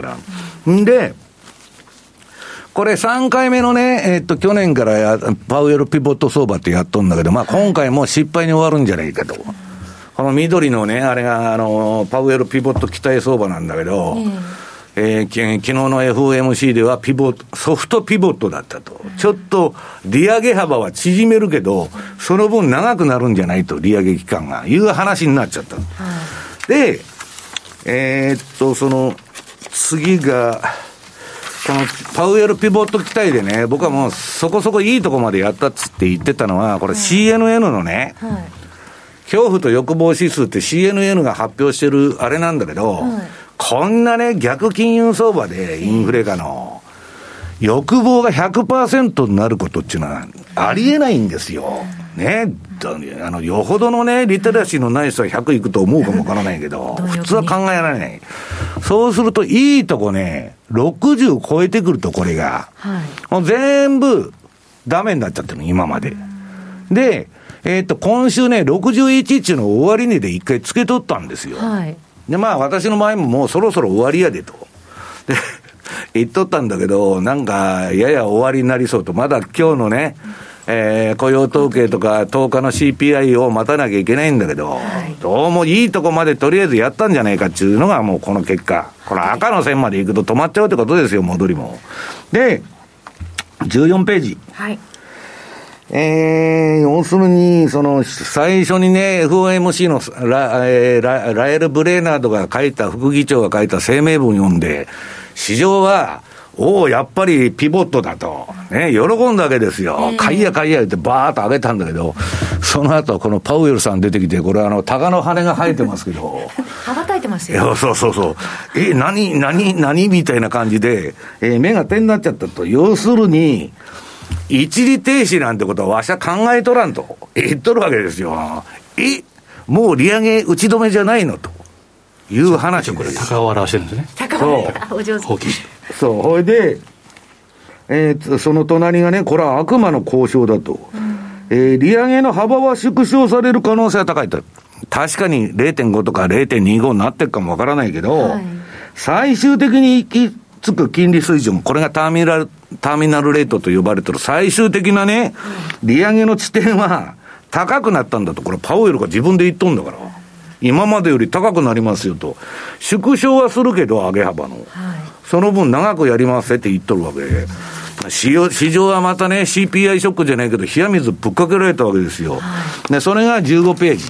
んで、これさんかいめのね、えー、っと、去年からやパウエルピボット相場ってやっとんだけど、まあ今回も失敗に終わるんじゃないかと。この緑のね、あれが、あの、パウエルピボット期待相場なんだけど、えー、き昨日の エフオーエムシー ではピボット、ソフトピボットだったと。ちょっと利上げ幅は縮めるけど、その分長くなるんじゃないと、利上げ期間が、いう話になっちゃった。で、えー、っと、その、次が、このパウエルピボット期待でね、僕はもうそこそこいいとこまでやったっつって言ってたのは、これ シーエヌエヌ のね、はい、恐怖と欲望指数って シーエヌエヌ が発表してるあれなんだけど、はい、こんなね、逆金融相場でインフレ下の欲望が ひゃくパーセント になることっていうのはありえないんですよ。ね。あの、よほどのね、リテラシーのない人はひゃくいくと思うかもわからないけど、普通は考えられない。そうすると、いいとこね、ろくじゅう超えてくると、これが。はい、もう全部、ダメになっちゃってるの、今まで。で、えっと、今週ね、ろくじゅういちっていうのを終値で一回つけとったんですよ。はい、で、まあ、私の前ももうそろそろ終わりやでと。で、言っとったんだけど、なんか、やや終わりになりそうと、まだ今日のね、えー、雇用統計とかとおかの シーピーアイ を待たなきゃいけないんだけど、はい、どうもいいとこまでとりあえずやったんじゃないかっていうのがもうこの結果。これ赤の線まで行くと止まっちゃうってことですよ、戻りも。で、じゅうよんページ。はい。えー、要するに、その、最初にね、エフオーエムシー のラ、えー、ラ、ラエル・ブレーナードが書いた、副議長が書いた声明文を読んで、市場は、おお、やっぱりピボットだと。ね、喜んだわけですよ。買いや買いや言ってバーッと上げたんだけど、その後このパウエルさん出てきて、これあの、鷹の羽が生えてますけど。
羽ばたいてますよ。
そうそうそう。え、何、何、何みたいな感じで、えー、目が点になっちゃったと。要するに、一時停止なんてことはわしは考えとらんと。言っとるわけですよ。え、もう利上げ打ち止めじゃないのと。いう話をこれ
高を表してるんですね。
高をお上手。
そう、ほいで、えー、その隣がね、これは悪魔の交渉だと。うん、えー、利上げの幅は縮小される可能性は高いと。確かに れいてんご とか れいてんにご になってるかもわからないけど、はい、最終的に行き着く金利水準、これがターミナル、ターミナルレートと呼ばれてる最終的なね、利上げの地点は高くなったんだと。これパウエルが自分で言っとんだから。今までより高くなりますよと。縮小はするけど、上げ幅の。はい、その分長くやりますって言っとるわけで。市場、市場はまたね、シーピーアイ ショックじゃないけど、冷や水ぶっかけられたわけですよ。はい、で、それがじゅうごページ。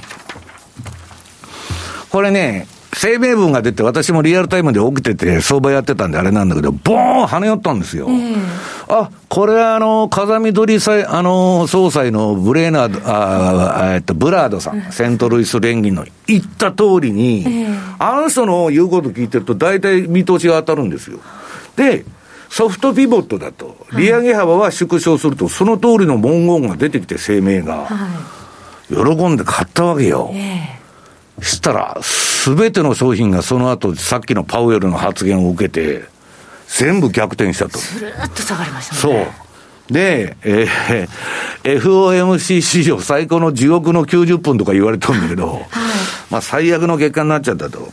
これね、声明文が出て、私もリアルタイムで起きてて、相場やってたんであれなんだけど、ボーン跳ね寄ったんですよ。えー、あ、これはあの、風見鳥さあの、総裁のブレーナード、あえっと、ブラードさん、セントルイス連銀の言った通りに、えー、あの人の言うこと聞いてると、大体見通しが当たるんですよ。で、ソフトピボットだと、利上げ幅は縮小すると、その通りの文言が出てきて声明が、はい、喜んで買ったわけよ。えーしたら、すべての商品がその後、さっきのパウエルの発言を受けて、全部逆転したと。
スルーッと下がりましたね。
そう。で、えー、エフオーエムシー 史上最高の地獄のきゅうじゅっぷんとか言われたんだけど、はい、まあ最悪の結果になっちゃったと。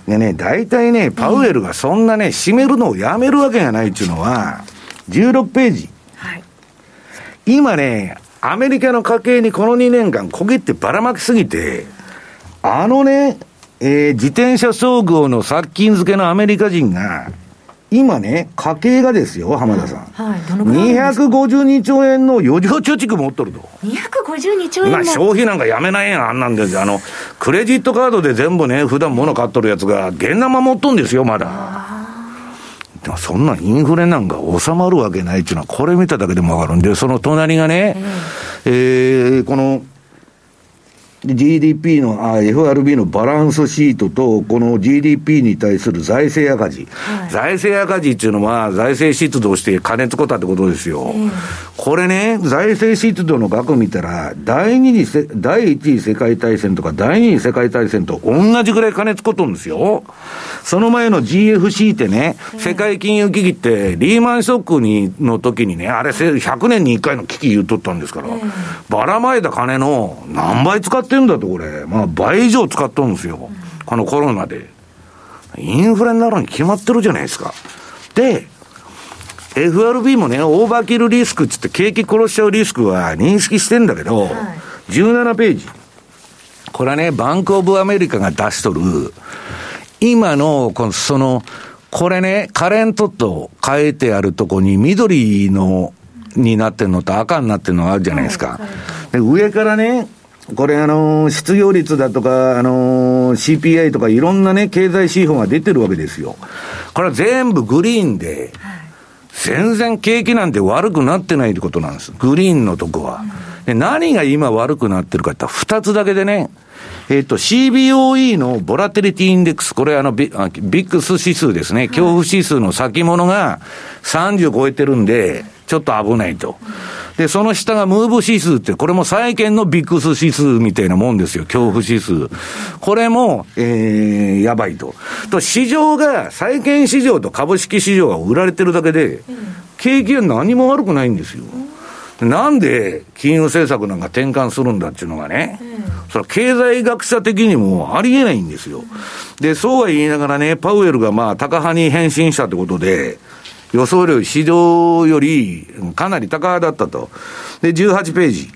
でね、大体ね、パウエルがそんなね、締めるのをやめるわけがないっていうのは、じゅうろくページ。はい、今ね、アメリカの家計にこのにねんかん小切ってばらまきすぎて、あのね、えー、自転車操業の殺菌付けのアメリカ人が、今ね、家計がですよ、浜田さん。はい、どのくらいにひゃくごじゅうにちょうえんの余剰貯蓄持っとると。
にひゃくごじゅうにちょうえんも
消費なんかやめないやん、あんなんですよ。あの、クレジットカードで全部ね、普段物買っとるやつが、現生持っとんですよ、まだ。でもそんなインフレなんか収まるわけないっていうのは、これ見ただけでもわかるんで、その隣がね、えー、えー、この、ジーディーピー の、あ、エフアールビー のバランスシートと、この ジーディーピー に対する財政赤字。はい、財政赤字っていうのは、財政出動して金使ったってことですよ。うん、これね、財政出動の額見たら、第二次、第一次世界大戦とか第二次世界大戦と同じぐらい金使っとるんですよ。その前の ジーエフシー ってね、うん、世界金融危機って、リーマンショックにの時にね、あれひゃくねんにいっかいの危機言っとったんですから、うん、ばらまいた金の何倍使ってんだと、これ。まあ、倍以上使っとるんですよ。うん、このコロナで。インフレになるに決まってるじゃないですか。で、エフアールビー もね、オーバーキルリスクって言って景気殺しちゃうリスクは認識してんだけど、はい、じゅうななページ。これはね、バンクオブアメリカが出しとる、今の、この、その、これね、カレントと書いてあるとこに緑の、になってるのと赤になってるのがあるじゃないですか。で、上からね、これあのー、失業率だとか、あのー、シーピーアイ とかいろんなね、経済指標が出てるわけですよ。これは全部グリーンで、全然景気なんて悪くなってないってことなんです。グリーンのとこは。で、何が今悪くなってるかって二つだけでね、えっと、シービーオーイー のボラテリティインデックス、これあのビ、ビックス指数ですね、恐怖指数の先物がさんじゅう超えてるんで、ちょっと危ないと。で、その下がムーブ指数って、これも債券のビックス指数みたいなもんですよ、恐怖指数。これも、えー、やばいと。と、市場が、債券市場と株式市場が売られてるだけで、景気は何も悪くないんですよ。なんで金融政策なんか転換するんだっていうのがね、それは経済学者的にもありえないんですよ。で、そうは言いながらね、パウエルがまあ、高派に変身したってことで、予想より、市場よりかなり高派だったと。で、じゅうはちページ。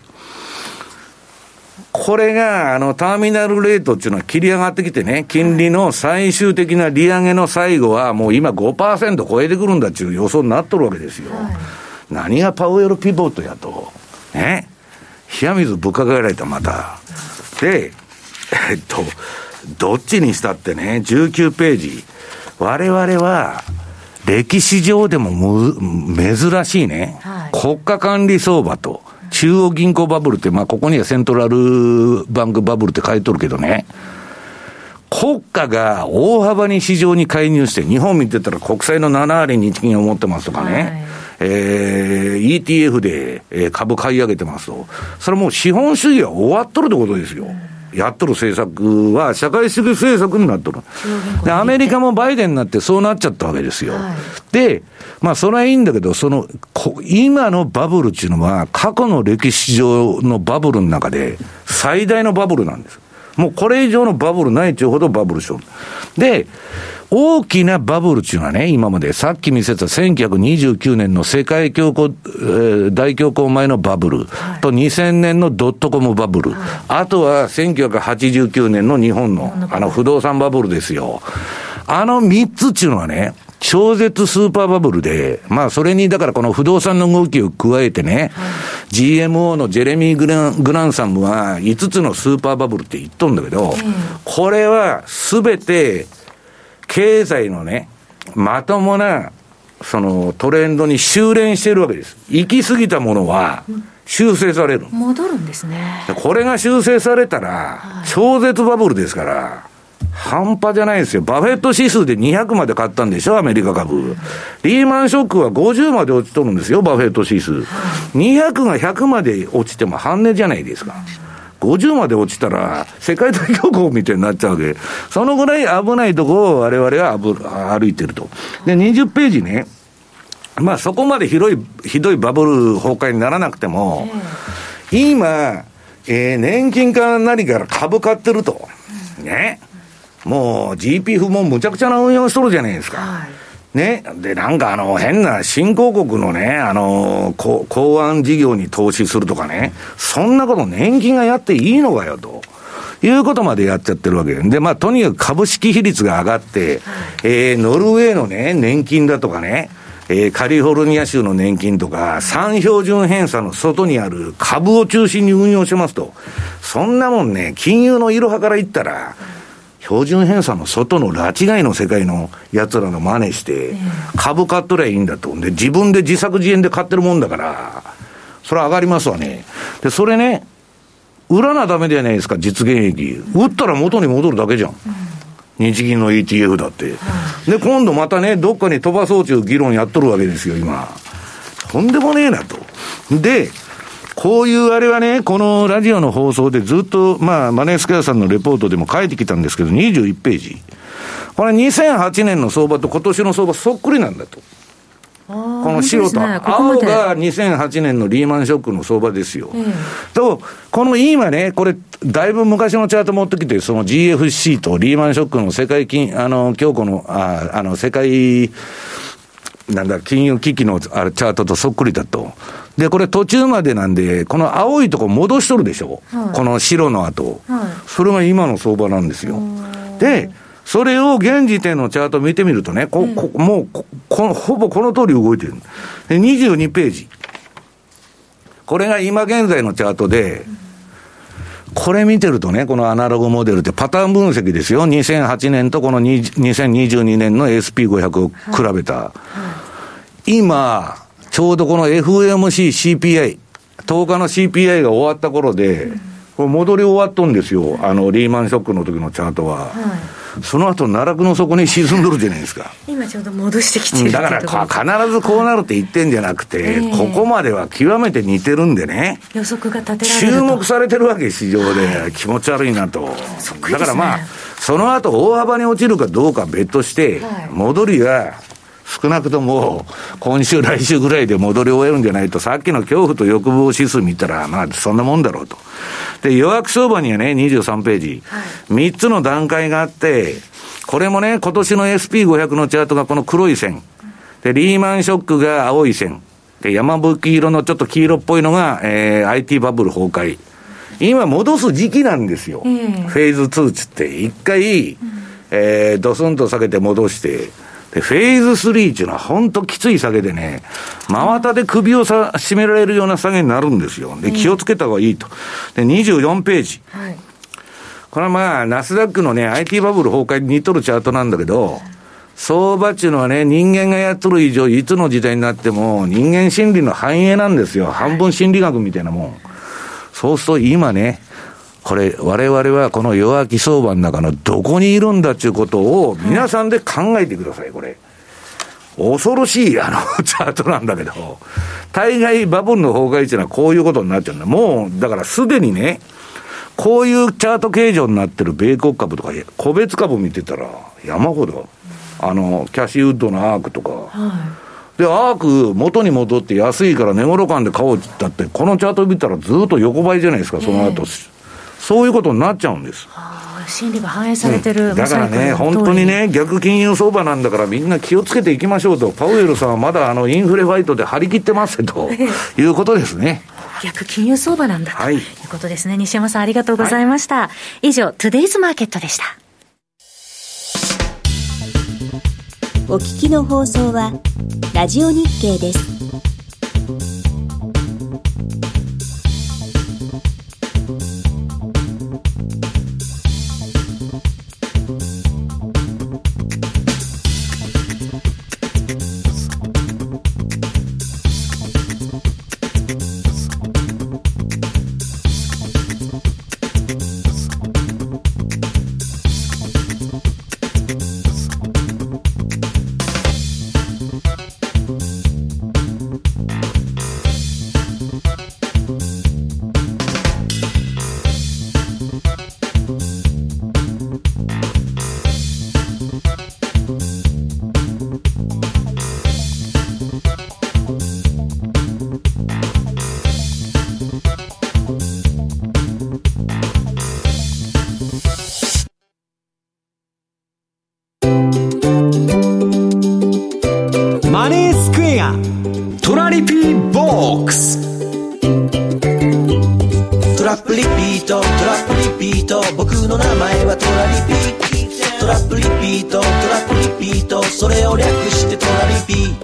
これが、あの、ターミナルレートっていうのは切り上がってきてね、金利の最終的な利上げの最後はもう今 ごパーセント 超えてくるんだっていう予想になっとるわけですよ。はい、何がパウエルピボットやと。ね。冷や水ぶっかけられた、また。で、えっと、どっちにしたってね、じゅうきゅうページ。我々は、歴史上でもむ珍しいね、はい、国家管理相場と中央銀行バブルって、まあここにはセントラルバンクバブルって書いてるけどね、国家が大幅に市場に介入して、日本見てたら国債のななわり日銀を持ってますとかね、はい、えー、イーティーエフ で株買い上げてますと、それもう資本主義は終わっとるってことですよ。うん、やっとる政策は社会主義政策になっとる。で、アメリカもバイデンになってそうなっちゃったわけですよ。はい、で、まあそれはいいんだけど、その、今のバブルっていうのは過去の歴史上のバブルの中で最大のバブルなんです。もうこれ以上のバブルないっていうほどバブルしよう。で、大きなバブルっていうのはね、今までさっき見せたせんきゅうひゃくにじゅうきゅうねんの世界恐慌、えー、大恐慌前のバブル、はい、とにせんねんのドットコムバブル、はい、あとはせんきゅうひゃくはちじゅうきゅうねんの日本のあの不動産バブルですよ。あのみっつっていうのはね、超絶スーパーバブルで、まあそれにだからこの不動産の動きを加えてね、はい、ジーエムオー のジェレミー・グラン、グランサムはいつつのスーパーバブルって言っとんだけど、うん、これはすべて経済のね、まともなそのトレンドに修練しているわけです。行き過ぎたものは修正される。
戻るんですね。
これが修正されたら、はい、超絶バブルですから、半端じゃないですよ。バフェット指数でにひゃくまで買ったんでしょ、アメリカ株。リーマンショックはごじゅうまで落ちとるんですよ、バフェット指数。にひゃくがひゃくまで落ちても半値じゃないですか。ごじゅうまで落ちたら世界大恐慌みたいになっちゃうわけ。そのぐらい危ないとこを我々は歩いてると。で、にじゅうページね。まあそこまで広い、ひどいバブル崩壊にならなくても、今、えー、年金から何から株買ってると。ね。 もう ジーピーエフ もむちゃくちゃな運用しとるじゃないですか。はい、ね。で、なんかあの、変な新興国のね、あの、港湾事業に投資するとかね、そんなこと年金がやっていいのかよと。いうことまでやっちゃってるわけで。で、まあ、とにかく株式比率が上がって、はい、えー、ノルウェーのね、年金だとかね、えー、カリフォルニア州の年金とか、三標準偏差の外にある株を中心に運用しますと。そんなもんね、金融のいろはから言ったら、標準偏差の外の拉致外の世界の奴らの真似して、株買っとりゃいいんだと。で、自分で自作自演で買ってるもんだから、それは上がりますわね。で、それね、売らなダメじゃないですか、実現益。売ったら元に戻るだけじゃん。うん、日銀の イーティーエフ だって。うん、で、今度またね、どっかに飛ばそうという議論やっとるわけですよ、今。とんでもねえなと。で、こういうあれはね、このラジオの放送でずっと、まあ、マネースクエアさんのレポートでも書いてきたんですけど、にじゅういちページ。これにせんはちねんの相場と今年の相場そっくりなんだと。この白と青がにせんはちねんのリーマンショックの相場ですよ。うん、と、この今ね、これ、だいぶ昔のチャート持ってきて、その ジーエフシー とリーマンショックの世界金、あの、強固の、ああの、世界、なんだ、金融危機のあれチャートとそっくりだと。で、これ途中までなんで、この青いとこ戻しとるでしょ。はい、この白の後、はい。それが今の相場なんですよ。で、それを現時点のチャート見てみるとね、ここもうここほぼこの通り動いてる。で、にじゅうにページ。これが今現在のチャートで、これ見てるとね、このアナログモデルってパターン分析ですよ。にせんはちねんとこのにせんにじゅうにねんの エスピーごひゃく を比べた。はい、今、ちょうどこの エフオーエムシー シーピーアイ、とおかの シーピーアイ が終わった頃で、うん、これ戻り終わっとんですよ。あの、リーマンショックの時のチャートは。はい、その後、奈落の底に沈んどるじゃないですか。
今ちょうど戻してきてる。
だから必ずこうなるって言ってんじゃなくて、えー、ここまでは極めて似てるんでね。
予測が立てられると。
注目されてるわけ、市場で。はい、気持ち悪いなと。だからまあ、その後大幅に落ちるかどうか別として、はい、戻りは、少なくとも今週来週ぐらいで戻り終えるんじゃないと、さっきの恐怖と欲望指数見たらまあそんなもんだろうと。で、予約相場にはねにじゅうさんページ、はい、みっつの段階があって、これもね今年の エスピーごひゃく のチャートがこの黒い線で、リーマンショックが青い線で、山吹色のちょっと黄色っぽいのが、えー、アイティー バブル崩壊。今戻す時期なんですよ、うん、フェーズツーつって一回、うん、えー、ドスンと下げて戻して、でフェーズスリーっていうのは本当きつい下げでね、真綿で首をさ締められるような下げになるんですよ。で、気をつけた方がいいと。で、にじゅうよんページ。はい、これはまあ、ナスダックのね、アイティー バブル崩壊に似とるチャートなんだけど、相場っていうのはね、人間がやっとる以上、いつの時代になっても人間心理の反映なんですよ。半分心理学みたいなもん。そうすると今ね、これ、我々はこの弱気相場の中のどこにいるんだっていうことを皆さんで考えてください、これ。恐ろしい、あの、チャートなんだけど、大概バブルの崩壊っていうのはこういうことになっちゃうんだ。もう、だからすでにね、こういうチャート形状になってる米国株とか、個別株見てたら山ほど、あの、キャシーウッドのアークとか、はい、で、アーク元に戻って安いから値頃感で買おうって言ったって、このチャート見たらずっと横ばいじゃないですか、その後。えーそういうことになっちゃうんです。
はあ、心理が反映されてる、
うん、だからね、本当にね、逆金融相場なんだからみんな気をつけていきましょうと。パウエルさんはまだあのインフレファイトで張り切ってますということですね。
逆金融相場なんだ、はい、ということですね。西山さんありがとうございました。はい、以上、トゥデイズマーケットでした。
お聞きの放送はラジオ日経です。
マネースクエアトラリピーボックス。
トラップリピートトラップリピート、僕の名前はトラリピ。トラップリピートトラップリピート、それを略してトラリピ。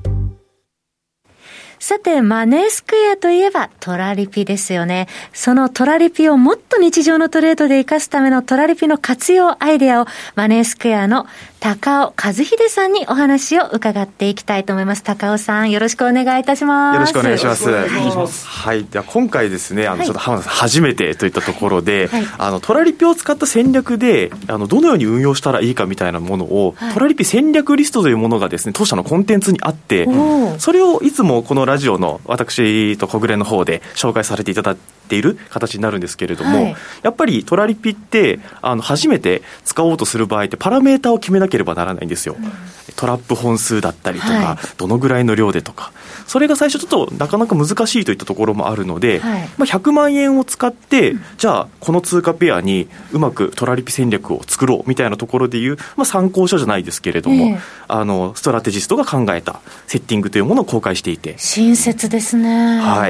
さて、マネースクエアといえばトラリピですよね。そのトラリピをもっと日常のトレードで活かすためのトラリピの活用アイデアをマネースクエアの高尾和秀さんにお話を伺っていきたいと思います。高尾さん、よろしくお願いいたします。
よろしくお願いします。はい。では今回ですね、あの、はい、ちょっと浜田さん初めてといったところで、はい、あのトラリピを使った戦略であのどのように運用したらいいかみたいなものを、はい、トラリピ戦略リストというものがですね、当社のコンテンツにあって、それをいつもこのラジオの私と小暮の方で紹介させていただいている形になるんですけれども、はい、やっぱりトラリピってあの初めて使おうとする場合ってパラメータを決めなければならないんですよ、うん、トラップ本数だったりとか、はい、どのぐらいの量でとか、それが最初ちょっとなかなか難しいといったところもあるので、はい、まあ、ひゃくまんえんを使って、うん、じゃあこの通貨ペアにうまくトラリピ戦略を作ろうみたいなところでいう、まあ、参考書じゃないですけれども、えー、あのストラテジストが考えたセッティングというものを公開していて、
親切ですね。はい。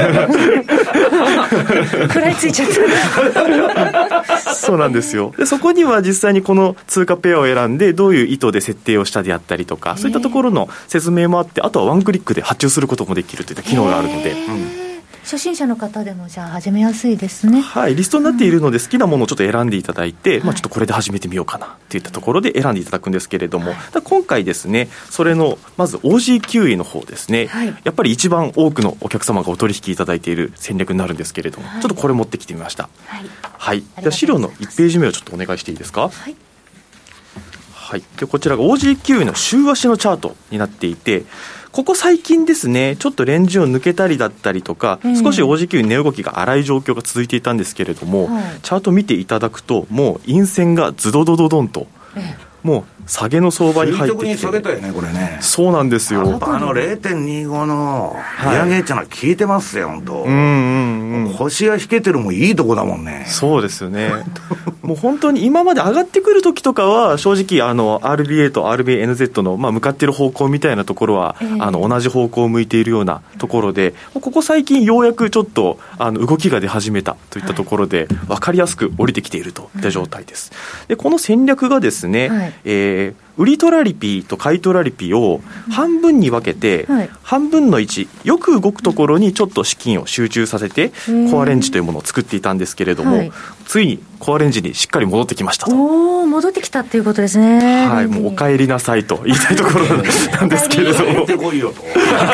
食らいついちゃった
そうなんですよ。でそこには実際にこの通貨ペアを選んでどういう意図で設定をしたであったりとか、そういったところの説明もあって、あとはワンクリックで発注することもできるといった機能があるので、うん、
初心者の方でもじゃあ始めやすいですね。
はい、リストになっているので好きなものをちょっと選んでいただいて、うん、まあ、ちょっとこれで始めてみようかなといったところで選んでいただくんですけれども、はい、だ今回ですね、それのまず オージーキューイー の方ですね、はい、やっぱり一番多くのお客様がお取引いただいている戦略になるんですけれども、はい、ちょっとこれ持ってきてみました。はい、はい、では資料のいちページ目をちょっとお願いしていいですか。はい、はい、でこちらが オージーキューイー の週足のチャートになっていて、ここ最近ですね、ちょっとレンジを抜けたりだったりとか、うん、少し オージーキューイー 値動きが荒い状況が続いていたんですけれども、はい、チャート見ていただくともう陰線がズドドドドンと、ええ、もう下げの相場に入ってきて、
垂直に下げたよねこれね。
そうなんですよ。
あの ゼロてんにご の利上げっていうのは効いてますよ、はい、本当。うんうんうん、腰が引けてるもいいとこだもんね。
そうですよねもう本当に今まで上がってくる時とかは正直あの アールビーエー と アールビーエヌゼット の、まあ、向かっている方向みたいなところは、えー、あの同じ方向を向いているようなところで、ここ最近ようやくちょっとあの動きが出始めたといったところで、はい、分かりやすく降りてきているといった状態です、うん、でこの戦略がですね、はい、えー売りトラリピと買いトラリピを半分に分けて、はい、半分のいちよく動くところにちょっと資金を集中させてコアレンジというものを作っていたんですけれども、はい、ついにコアレンジにしっかり戻ってきましたと。
お戻ってきたっていうことですね。
はい、もうお帰りなさいと言いたいところなんですけれども
出てこいよと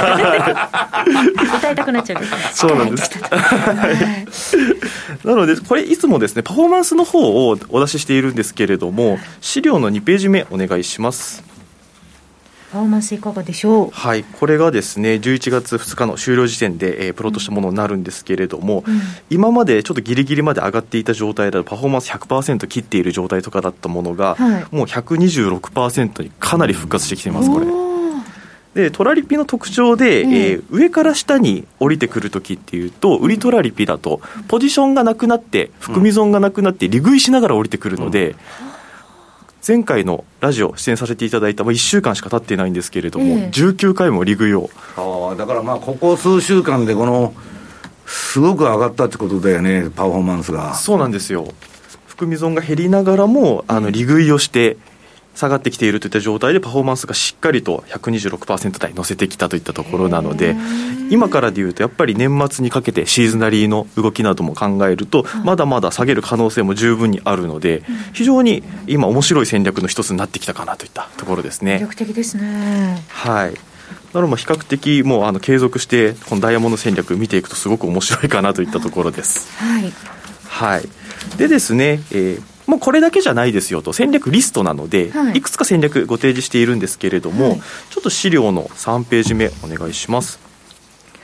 歌いたくなっちゃう。
そうなんですなのでこれいつもですねパフォーマンスの方をお出ししているんですけれども、資料のにページ目お願いします。
パフォーマンスいかがでしょう。
はい、これがですねじゅういちがつふつかの終了時点で、えー、プロットしたものになるんですけれども、うん、今までちょっとギリギリまで上がっていた状態だとパフォーマンス ひゃくパーセント 切っている状態とかだったものが、はい、もう ひゃくにじゅうろくパーセント にかなり復活してきています。これでトラリピの特徴で、うんえー、上から下に降りてくるときっていうと、売りトラリピだとポジションがなくなって含み損がなくなって利食いしながら降りてくるので、うん、前回のラジオ出演させていただいた、まあ、いっしゅうかんしか経っていないんですけれども、えー、じゅうきゅうかいも利食いを。
あだからまあここ数週間でこのすごく上がったってことだよね、パフォーマンスが。
そうなんですよ。含み損が減りながらもあの利食いをして下がってきているといった状態でパフォーマンスがしっかりと ひゃくにじゅうろくパーセント 台乗せてきたといったところなので、今からでいうとやっぱり年末にかけてシーズナリーの動きなども考えるとまだまだ下げる可能性も十分にあるので、非常に今面白い戦略の一つになってきたかなといったところですね。
魅力的ですね。
はい、なので比較的もうあの継続してこのダイヤモンド戦略見ていくとすごく面白いかなといったところです。はい、はい、でですね、えーもうこれだけじゃないですよと、戦略リストなので、はい、いくつか戦略ご提示しているんですけれども、はい、ちょっと資料のさんページ目お願いします。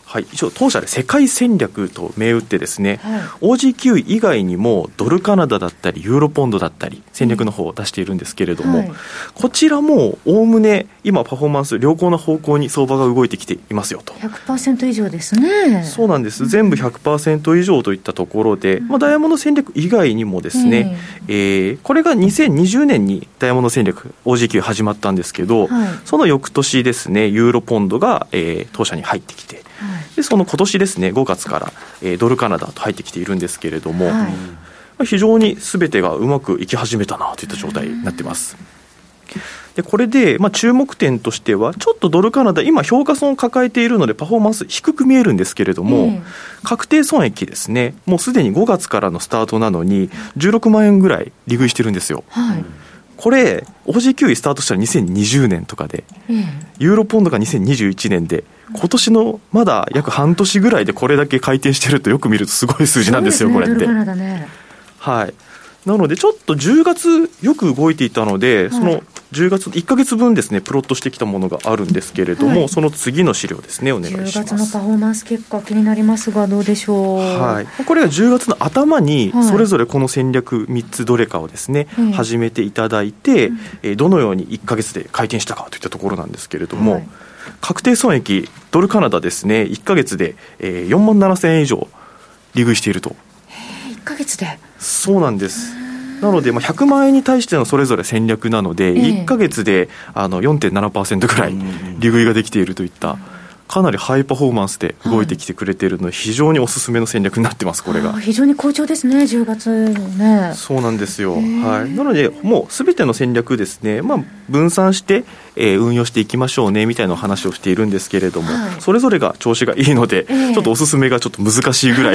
はい、一応当社で世界戦略と銘打ってですね、はい、オージーキュー 以外にもドルカナダだったりユーロポンドだったり戦略の方を出しているんですけれども、はい、こちらもおおむね今パフォーマンス良好な方向に相場が動いてきていますよと。
ひゃくパーセント 以上ですね。
そうなんです、全部 ひゃくパーセント 以上といったところで、うん、まあ、ダイヤモンド戦略以外にもですね、えーえー、これがにせんにじゅうねんにダイヤモンド戦略 オージーキュー 始まったんですけど、はい、その翌年ですねユーロポンドが、えー、当社に入ってきて、でその今年ですねごがつから、えー、ドルカナダと入ってきているんですけれども、はい、非常に全てがうまくいき始めたなといった状態になっています。でこれで、まあ、注目点としてはちょっとドルカナダ今評価損を抱えているのでパフォーマンス低く見えるんですけれども、うん、確定損益ですねもうすでにごがつからのスタートなのにじゅうろくまんえんぐらい利食いしてるんですよ、はい、これ オージーキュー スタートしたらにせんにじゅうねんとかで、うん、ユーロポンドがにせんにじゅういちねんで今年のまだ約半年ぐらいでこれだけ回転してるとよく見るとすごい数字なんですよ。そうですね、これってドルカナダね、はい、なのでちょっとじゅうがつよく動いていたので、はい、そのじゅうがついっかげつぶんですねプロットしてきたものがあるんですけれども、はい、その次の資料ですねお願いします。
じゅうがつのパフォーマンス結果気になりますがどうでしょう。
はい、これがじゅうがつの頭にそれぞれこの戦略みっつどれかをですね、はい、始めていただいて、うん、えー、どのようにいっかげつで回転したかといったところなんですけれども、はい、確定損益ドルカナダですねいっかげつで、えー、よんまんななせんえん以上利食いしていると。
いっかげつで。
そうなんです。なので、まあ、ひゃくまんえんに対してのそれぞれ戦略なので、えー、いっかげつであの よんてんななパーセント ぐらい利食いができているといったかなりハイパフォーマンスで動いてきてくれているので、はい、非常におすすめの戦略になってます。これが
非常に好調ですねじゅうがつね。
そうなんですよ、はい、なのでもうすべての戦略ですね、まあ、分散して、えー、運用していきましょうねみたいな話をしているんですけれども、はい、それぞれが調子がいいので、えー、ちょっとおすすめがちょっと難しいぐらい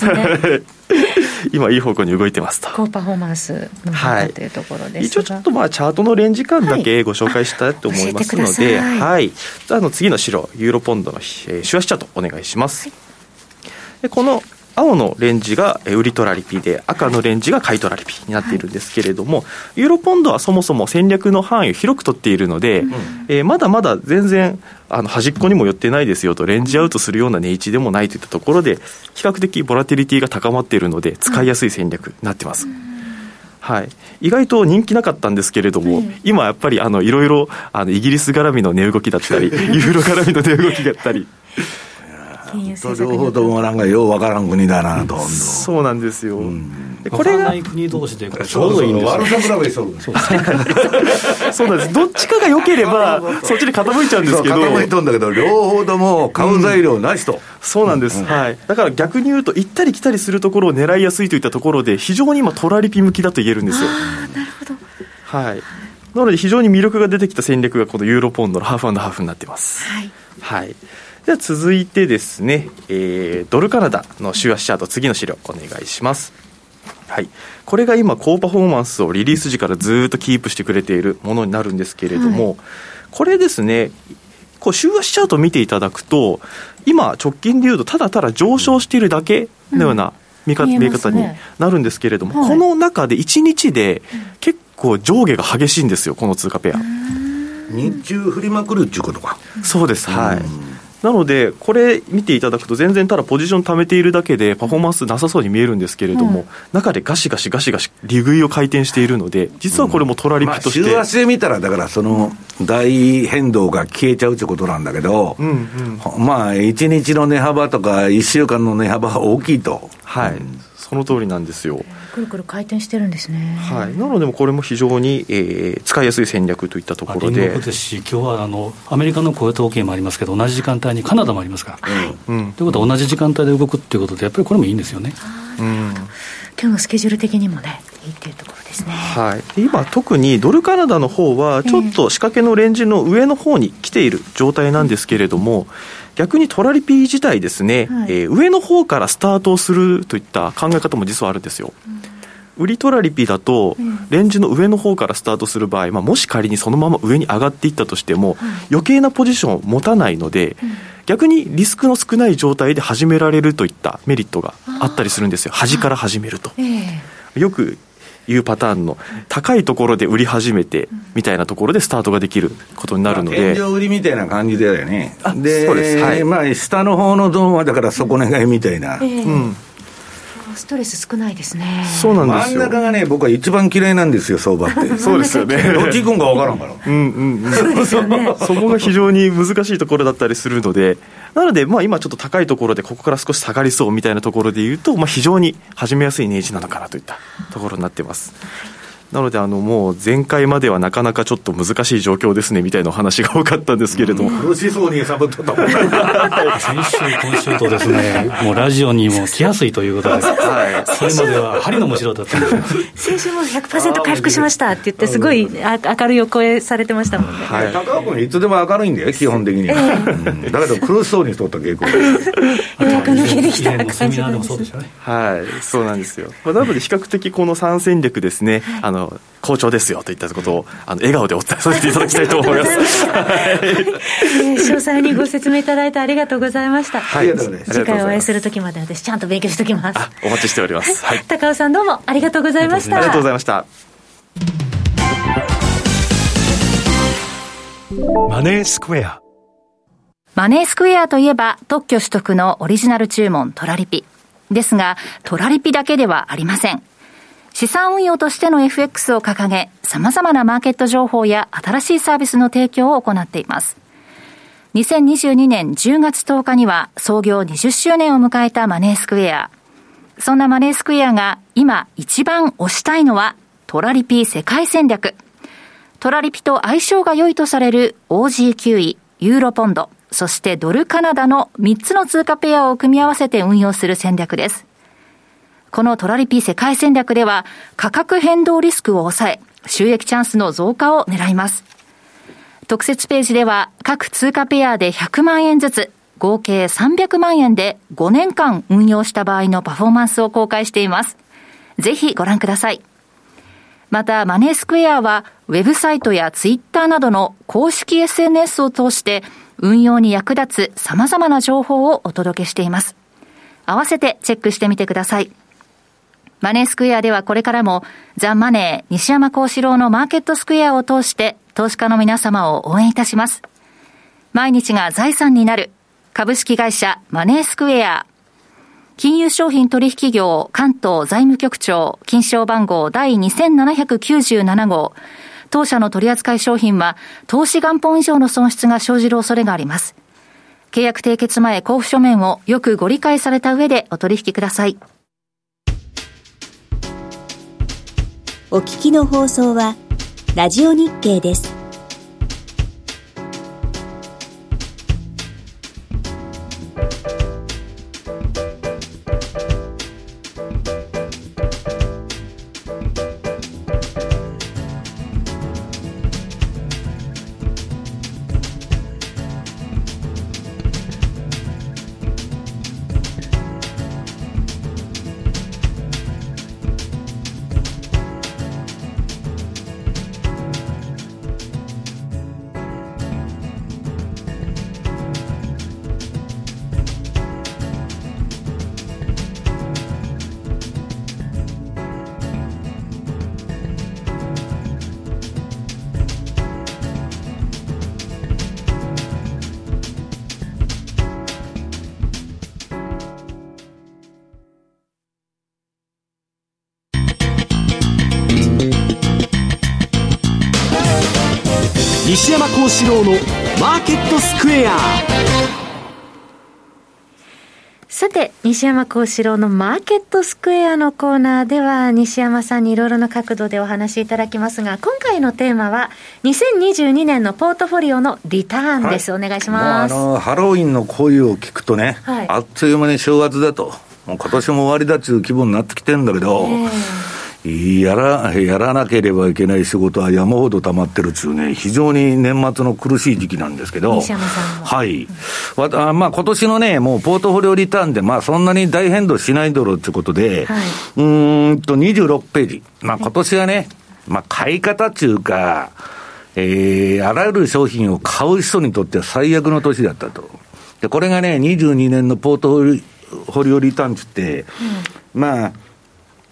今いい方向に動いてますと。
高パフォーマンスの方というところですが、はい、
一応ちょっとまあチャートのレンジ感だけご紹介したいと思いますので、はい、はい、あの次の資料ユーロポンドの、えー、週足チャートお願いします、はい、でこの青のレンジが売りトラリピで赤のレンジが買いトラリピになっているんですけれども、はい、ユーロポンドはそもそも戦略の範囲を広く取っているので、うん、えー、まだまだ全然あの端っこにも寄ってないですよと、レンジアウトするような値位置でもないといったところで比較的ボラティリティが高まっているので使いやすい戦略になってます、うん、はい、意外と人気なかったんですけれども、うん、今やっぱりあのいろいろあのイギリス絡みの値動きだったりユーロ絡みの値動きだったり
両方ともなんかようわからん国だなと。
そうなんですよ、うん、
でこれがない国同士でちょうどいいんですよ。悪さ比べしとる。
そうなんです。どっちかが良ければそっちに傾いちゃうんですけど、
傾いとんだけど両方とも買う材料なしと、うん、
そうなんです、うん、はい、だから逆に言うと行ったり来たりするところを狙いやすいといったところで非常に今トラリピ向きだと言えるんですよ。
あ、なるほど、
はい、なので非常に魅力が出てきた戦略がこのユーロポンドのハーフ&ハーフになっています。はい、はい、では続いてですね、えー、ドルカナダの週足チャート次の資料お願いします。はい、これが今高パフォーマンスをリリース時からずっとキープしてくれているものになるんですけれども、はい、これですねこう週足チャートを見ていただくと今直近でいうとただただ上昇しているだけのような見方、うん、見え方になるんですけれども、はい、この中でいちにちで結構上下が激しいんですよこの通貨ペア。
日中振りまくるっていうことか。
そうです、はい、なのでこれ見ていただくと全然ただポジション貯めているだけでパフォーマンスなさそうに見えるんですけれども、うん、中でガシガシガシガシ利食いを回転しているので実はこれもトラリピとして、うん、
まあ、週足で見たらだからその大変動が消えちゃうってことなんだけど、うんうん、まあいちにちの値幅とかいっしゅうかんの値幅は大きいと。
はい、うん、その通りなんですよ。
くるくる回転してるんですね。
はい、なのでこれも非常に、えー、使いやすい戦略といったところで、
隣国ですし今日はあのアメリカの雇用統計もありますけど同じ時間帯にカナダもありますから、はい、うん、ということは同じ時間帯で動くっていうことでやっぱりこれもいいんですよね。
うん、今日のスケジュール的にもねいいっていうところですね。
はい、今特にドルカナダの方はちょっと仕掛けのレンジの上の方に来ている状態なんですけれども、逆にトラリピ自体ですね、はい、えー、上の方からスタートをするといった考え方も実はあるんですよ。うん、売りトラリピだとレンジの上の方からスタートする場合、まあ、もし仮にそのまま上に上がっていったとしても、はい、余計なポジションを持たないので、うん、逆にリスクの少ない状態で始められるといったメリットがあったりするんですよ。端から始めると、えー、よくいうパターンの高いところで売り始めてみたいなところでスタートができることになるので、
天井売りみたいな感じだよね。で、
そうです、はい、
まあ、下の方のゾーンはだから底値買いみたいな、
えー
うん、
ストレス少ないですね。
そうなんですよ。
真ん中がね、僕は一番嫌いなんですよ、相場って
そうですよね。
どっち行くんか分からんから
うんうんうん、
そうですよね。
そこが非常に難しいところだったりするので、なので、まあ、今ちょっと高いところでここから少し下がりそうみたいなところでいうと、まあ、非常に始めやすいネジなのかなといったところになっています。なのであのもう前回まではなかなかちょっと難しい状況ですねみたいなお話が多かったんですけれども、
苦しそうにサボっとったもん先
週今週とですね、もうラジオにも来やすいということです、はい、それまでは針のむしろだったんです
先週も ひゃくパーセント 回復しましたって言ってすごい明るいお声されてましたもんね、
はい、高尾君いつでも明るいんだよ基本的には、えーうん、だけど苦しそうにしとった傾向でよ
うやく抜けてきた感じなんです。
はい、そうなんですよ。なので比較的この三戦略ですね、あの好調ですよといったことをあの笑顔でお伝えさせていただきたいと思います
詳細にご説明いただいてありがとうございました、
はい、
次回お会いする時まで私ちゃんと勉強しておきます。
あ、お待ちしております、はい、
高尾さんどうもありがとうございました。
ありがとうございました。
マネースクエア。
マネースクエアといえば特許取得のオリジナル注文トラリピですが、トラリピだけではありません。資産運用としての エフエックス を掲げ、様々なマーケット情報や新しいサービスの提供を行っています。にせんにじゅうにねんじゅうがつとおかには創業にじゅっしゅうねんを迎えたマネースクエア。そんなマネースクエアが今一番推したいのはトラリピ世界戦略。トラリピと相性が良いとされる オージーキューイ、ユーロポンド、そしてドルカナダのみっつの通貨ペアを組み合わせて運用する戦略です。このトラリピ世界戦略では価格変動リスクを抑え、収益チャンスの増加を狙います。特設ページでは各通貨ペアでひゃくまんえんずつ、合計さんびゃくまんえんでごねんかん運用した場合のパフォーマンスを公開しています。ぜひご覧ください。またマネースクエアはウェブサイトやツイッターなどの公式 エスエヌエス を通して運用に役立つ様々な情報をお届けしています。合わせてチェックしてみてください。マネースクエアではこれからもザ・マネー西山幸四郎のマーケットスクエアを通して投資家の皆様を応援いたします。毎日が財産になる株式会社マネースクエア。金融商品取引業関東財務局長金賞番号第にせんななひゃくきゅうじゅうなな号。当社の取扱い商品は投資元本以上の損失が生じる恐れがあります。契約締結前交付書面をよくご理解された上でお取引ください。
お聞きの放送はラジオ日経です。
西山幸四郎のマーケットスクエア。
さて西山幸四郎のマーケットスクエアのコーナーでは西山さんにいろいろな角度でお話しいただきますが、今回のテーマはにせんにじゅうにねんのポートフォリオのリターンです、はい、お願いします。
もうあのハロウィンの声を聞くとね、はい、あっという間に正月だと、もう今年も終わりだっていう気分になってきてるんだけど、えーやら、やらなければいけない仕事は山ほど溜まってるっていうね、非常に年末の苦しい時期なんですけど、
西山さんも
はい、わまあ今年のね、もうポートフォリオリターンで、まあそんなに大変動しないだろうってことで、はい、うーんとにじゅうろくページ、まあ今年はね、まあ買い方っていうか、えー、あらゆる商品を買う人にとっては最悪の年だったと。で、これがね、にじゅうにねんのポートフォリオリターンって言って、うん、まあ、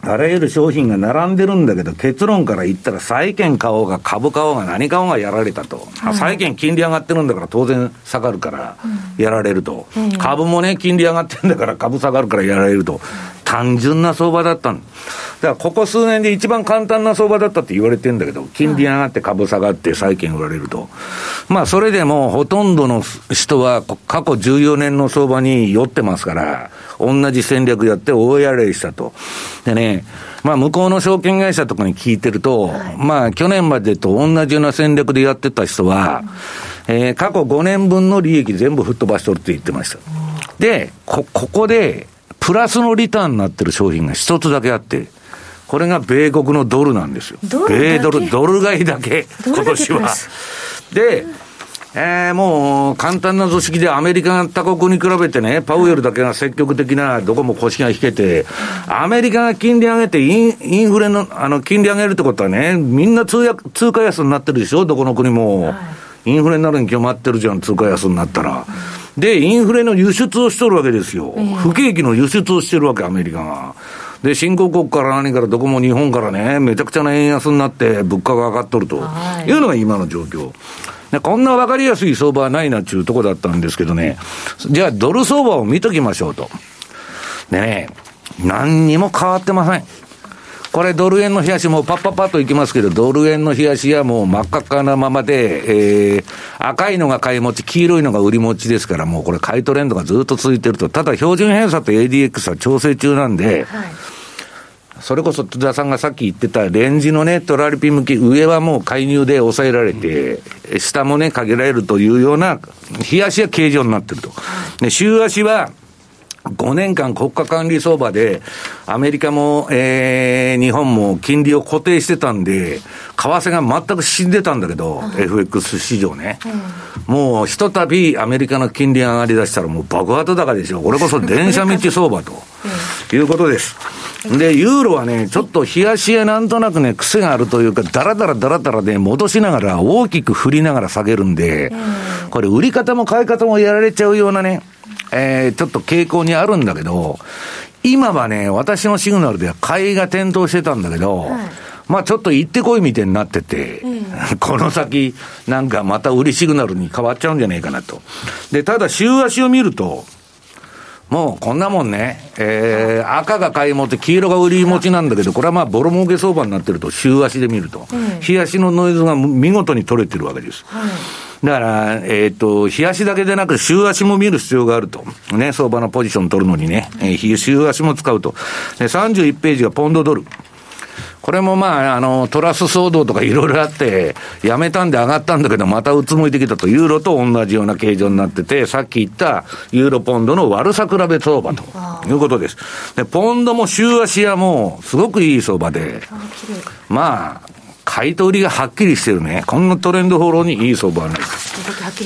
あらゆる商品が並んでるんだけど、結論から言ったら債券買おうが株買おうが何買おうがやられたと、はい、債券金利上がってるんだから当然下がるからやられると、うん、株もね金利上がってるんだから株下がるからやられると、単純な相場だったんだ。だからここ数年で一番簡単な相場だったって言われてるんだけど、金利上がって株下がって債券売られると、まあそれでもほとんどの人は過去じゅうよねんの相場に酔ってますから、同じ戦略やって大やられしたと。でね、まあ向こうの証券会社とかに聞いてると、はい、まあ去年までと同じような戦略でやってた人は、うん、えー、過去ごねんぶんの利益全部吹っ飛ばしとるって言ってました。うん、で、こ、ここでプラスのリターンになってる商品が一つだけあって、これが米国のドルなんですよ。米ドル、ドル買いだけ、今年は。で、うん、えー、もう簡単な図式でアメリカ他国に比べてね、パウエルだけが積極的な、どこも腰が引けて、アメリカが金利上げてイン、インフレの、あの、金利上げるってことはね、みんな通訳、通貨安になってるでしょ、どこの国も。インフレになるに決まってるじゃん、通貨安になったら。で、インフレの輸出をしとるわけですよ。不景気の輸出をしてるわけ、アメリカが。で、新興国から何からどこも日本からね、めちゃくちゃな円安になって物価が上がっとるというのが今の状況。でこんな分かりやすい相場はないなっていうところだったんですけどね、じゃあドル相場を見ときましょうと。でね、何にも変わってません。これドル円の冷やしもパッパッパッといきますけど、ドル円の冷やしはもう真っ赤っかなままで、えー、赤いのが買い持ち、黄色いのが売り持ちですから、もうこれ買いトレンドがずっと続いてると。ただ標準偏差と エーディーエックス は調整中なんで、はい、それこそ津田さんがさっき言ってたレンジのね、トラリピ向き、上はもう介入で抑えられて、うん、下もね、限られるというような、冷やしは形状になってると。で、週足は、ごねんかん国家管理相場で、アメリカも、えー、日本も金利を固定してたんで、為替が全く死んでたんだけど、うん、エフエックス 市場ね。うん、もう、ひとたびアメリカの金利が上がり出したらもう爆発高でしょ。これこそ電車道相場と、うん、いうことです。で、ユーロはね、ちょっと冷やしやなんとなくね、癖があるというか、だらだらだらだらで戻しながら、大きく振りながら下げるんで、うん、これ売り方も買い方もやられちゃうようなね、えー、ちょっと傾向にあるんだけど、今はね、私のシグナルでは買いが点灯してたんだけど、はい、まあちょっと行ってこいみたいになってて、うん、この先なんかまた売りシグナルに変わっちゃうんじゃないかなと。で、ただ週足を見ると、もうこんなもんね、えー、赤が買い持ち、黄色が売り持ちなんだけど、これはまあボロ儲け相場になってると、週足で見ると、うん、日足のノイズが見事に取れてるわけです。はい、だから、えっと、日足だけでなく週足も見る必要があると。ね、相場のポジション取るのにね、えー、週足も使うと。で、さんじゅういちページがポンドドル。これもまあ、あの、トラス騒動とかいろいろあって、やめたんで上がったんだけど、またうつむいてきたと、ユーロと同じような形状になってて、さっき言ったユーロポンドの悪さ比べ相場ということです。で、ポンドも週足はもう、すごくいい相場で、まあ、買いと売りがはっきりしてるね。こんなトレンドフォローにいい相場はないです。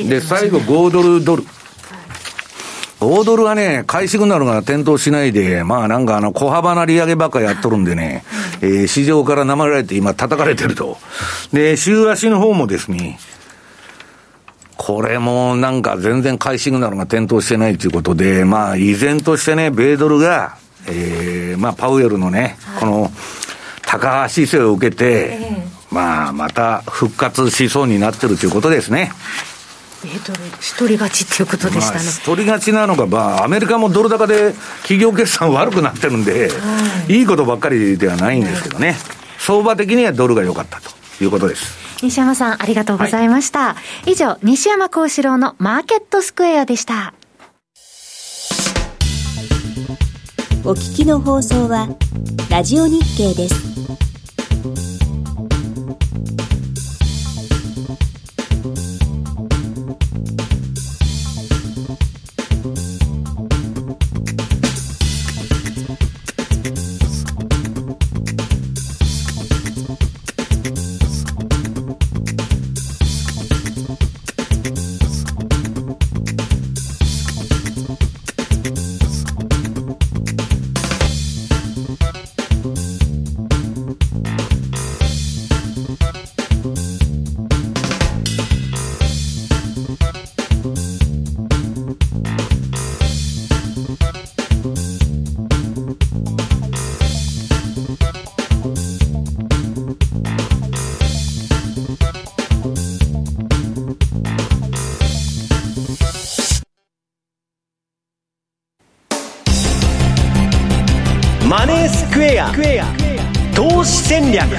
で、最後、ごドルドル。ごドルはね、買いシグナルが点灯しないで、まあなんかあの小幅な利上げばっかやっとるんでね、えー、市場から舐められて今叩かれてると。で、週足の方もですね、これもなんか全然買いシグナルが点灯してないということで、まあ依然としてね、米ドルが、えー、まあパウエルのね、この高橋姿勢を受けて、まあまた復活しそうになってるということですね。
米ドル一人勝ちっていうことでしたね。まあ、
一人勝ちなのか、まあ、アメリカもドル高で企業決算悪くなってるんで、はい、いいことばっかりではないんですけどね、相場的にはドルが良かったということです。
西山さんありがとうございました、はい、以上西山幸四郎のマーケットスクエアでした。
お聞きの放送はラジオ日経です。
マネースクエア投資戦略。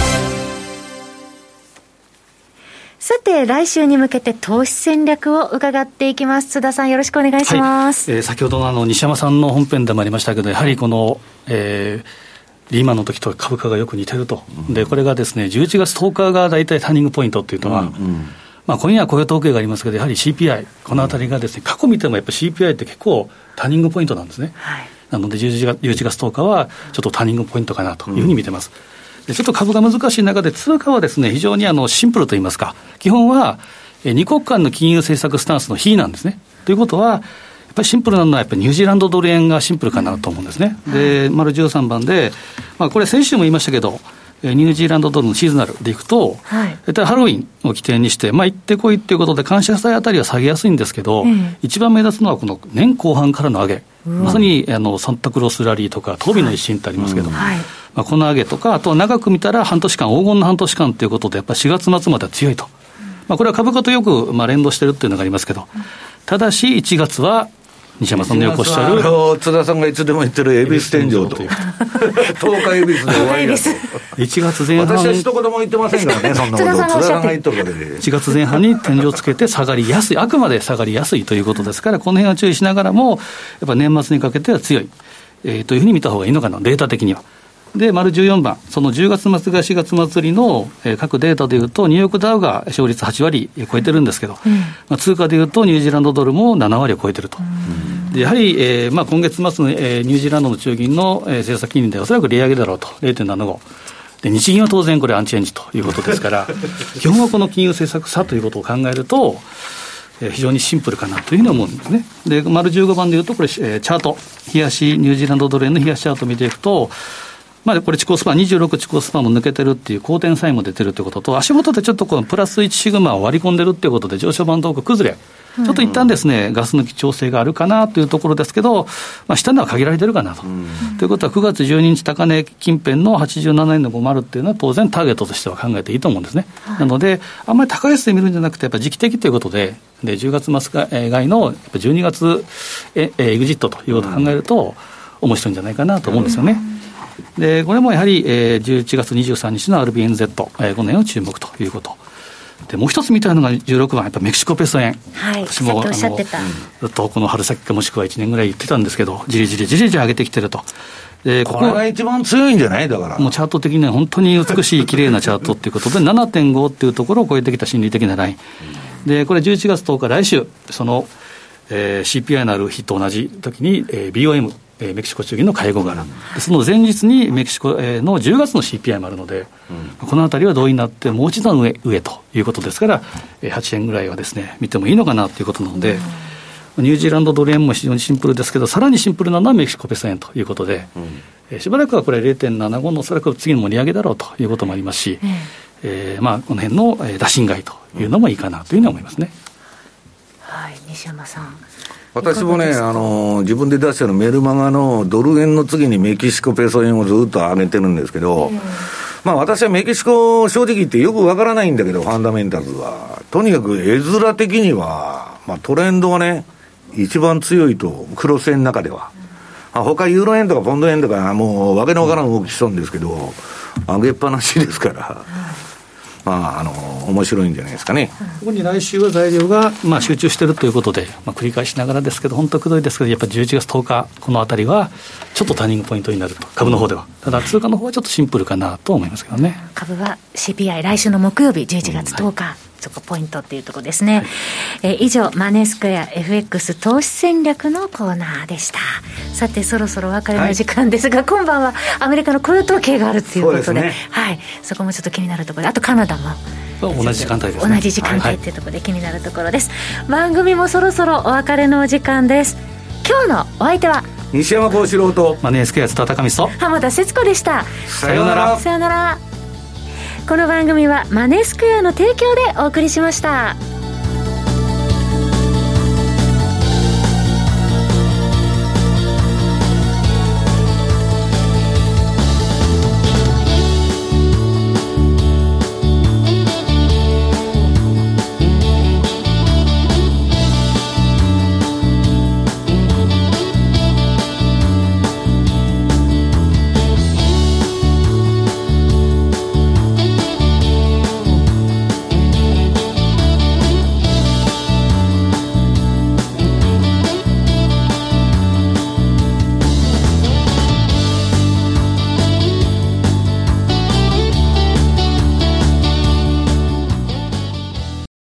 さて来週に向けて投資戦略を伺っていきます。津田さんよろしくお願いします。
はい、えー、先ほどのあの西山さんの本編でもありましたけど、やはりこの、えー、リーマンの時と株価がよく似てると、うん、でこれがですねじゅういちがつとおかが大体ターニングポイントっていうのは、うんうん、まあ、今夜は雇用統計がありますけど、やはり シーピーアイ このあたりがですね過去見てもやっぱり シーピーアイ って結構ターニングポイントなんですね。はい、なのでじゅういちがつとおかはちょっとターニングポイントかなというふうに見てます。うん、でちょっと株が難しい中で通貨はですね非常にあのシンプルといいますか、基本は二国間の金融政策スタンスの比なんですね。ということはやっぱりシンプルなのはやっぱりニュージーランドドル円がシンプルかなと思うんですね。で丸じゅうさんばんで、まあ、これ先週も言いましたけどニュージーランドドルのシーズナルでいくと、はい、ハロウィンを起点にして、まあ、行ってこいということで感謝祭あたりは下げやすいんですけど、うん、一番目立つのはこの年後半からの上げ、うん、まさにあのサンタクロースラリーとかトビの一心ってありますけど、はい、まあ、この上げとかあとは長く見たら半年間黄金の半年間ということでやっぱりしがつ末までは強いと、まあ、これは株価とよくまあ連動してるっていうのがありますけど、ただしいちがつは西山さんのよくおっしゃる
津田さんがいつでも言ってる恵比寿天井ととおか恵比寿で終わりだと
いちがつぜん半
私は一言も言ってませんからねそんなこと津田さんが言ってるからで
いちがつぜん半に天井をつけて下がりやすい、あくまで下がりやすいということですから、この辺は注意しながらもやっぱ年末にかけては強い、えー、というふうに見た方がいいのかな、データ的には。で丸じゅうよんばん、そのじゅうがつ末がしがつ末りの、えー、各データでいうとニューヨークダウが勝率はちわり超えてるんですけど、うん、まあ、通貨でいうとニュージーランドドルもななわりを超えてると。でやはり、えーまあ、今月末の、えー、ニュージーランドの中銀の、えー、政策金利でおそらく利上げだろうと れいてんななご で日銀は当然これアンチエンジということですから基本はこの金融政策差ということを考えると、えー、非常にシンプルかなというふうに思うんですね。で丸じゅうごばんでいうとこれ、えー、チャート冷やしニュージーランドドル円の冷やしチャートを見ていくと、まあ、これ地高スパンにじゅうろく地高スパンも抜けてるっていう好転サインも出てるということと、足元でちょっとこのプラスいちシグマを割り込んでるっていうことで上昇バンドが崩れ、ちょっと一旦ですね、うん、ガス抜き調整があるかなというところですけど、まあ、下値は限られてるかなと、うん、ということはくがつじゅうににち高値近辺のはちじゅうななえんのごじゅうっていうのは当然ターゲットとしては考えていいと思うんですね。はい、なのであんまり高安で見るんじゃなくてやっぱり時期的ということで、でじゅうがつ末外のじゅうにがつエグジットということを考えると面白いんじゃないかなと思うんですよね。うん、でこれもやはり、えー、じゅういちがつにじゅうさんにちの アールビーエヌゼット、えー、この辺を注目ということで、もう一つ見たいのがじゅうろくばん、やっぱメキシコペソ円、はい、私もあのずっとこの春先かもしくはいちねんぐらい言ってたんですけど、じりじりじりじり上げてきてると。でここ
これが一番強いんじゃない、だから
もうチャート的には本当に美しい綺麗なチャートということで ななてんご っていうところを超えてきた心理的なラインで、これじゅういちがつとおか来週その、えー、シーピーアイ のある日と同じ時に、えー、ビーオーエムメキシコ中銀の会合がある、でその前日にメキシコのじゅうがつの シーピーアイ もあるので、うん、このあたりは同意になってもう一段 上, 上ということですから、はちえんぐらいはですね見てもいいのかなということなので、うん、ニュージーランドドル円も非常にシンプルですけど、さらにシンプルなのはメキシコペソ円ということで、うん、しばらくはこれ れいてんななご のおそらく次の盛り上げだろうということもありますし、うん、えーまあ、この辺の打診買いというのもいいかなというふうに思いますね。
はい、西山さん
私もね、あの自分で出してるメルマガのドル円の次にメキシコペソ円をずっと上げてるんですけど、うん、まあ私はメキシコ正直言ってよくわからないんだけど、ファンダメンタルズはとにかく絵面的には、まあ、トレンドがね一番強いと、クロス円の中では、うん、他ユーロ円とかポンド円とかもうわけのわからん動きしそうですけど、上げっぱなしですから、うん、まあ、あの面白いんじゃないですかね。
ここに来週は材料が、まあ、集中しているということで、まあ、繰り返しながらですけど、本当くどいですけど、やっぱりじゅういちがつとおかこのあたりはちょっとターニングポイントになると、株の方では。ただ通貨の方はちょっとシンプルかなと思いますけどね。
株は シーピーアイ 来週の木曜日じゅういちがつとおか、うん、はい、そこポイントっていうところですね。はい、えー、以上マネースクエア エフエックス 投資戦略のコーナーでした。さてそろそろお別れの時間ですが、はい、今晩はアメリカの雇用統計があるということ で, そ, で、ね、はい、そこもちょっと気になるところで、あとカナダも
同じ時間帯ですね。
同じ時間帯というところで気になるところです。はい、番組もそろそろお別れのお時間です。今日のお相手は
西山幸四郎と
マネースクエア津田貴光と
浜田節子でした。
さようなら。
さようなら。この番組はマネースクエアの提供でお送りしました。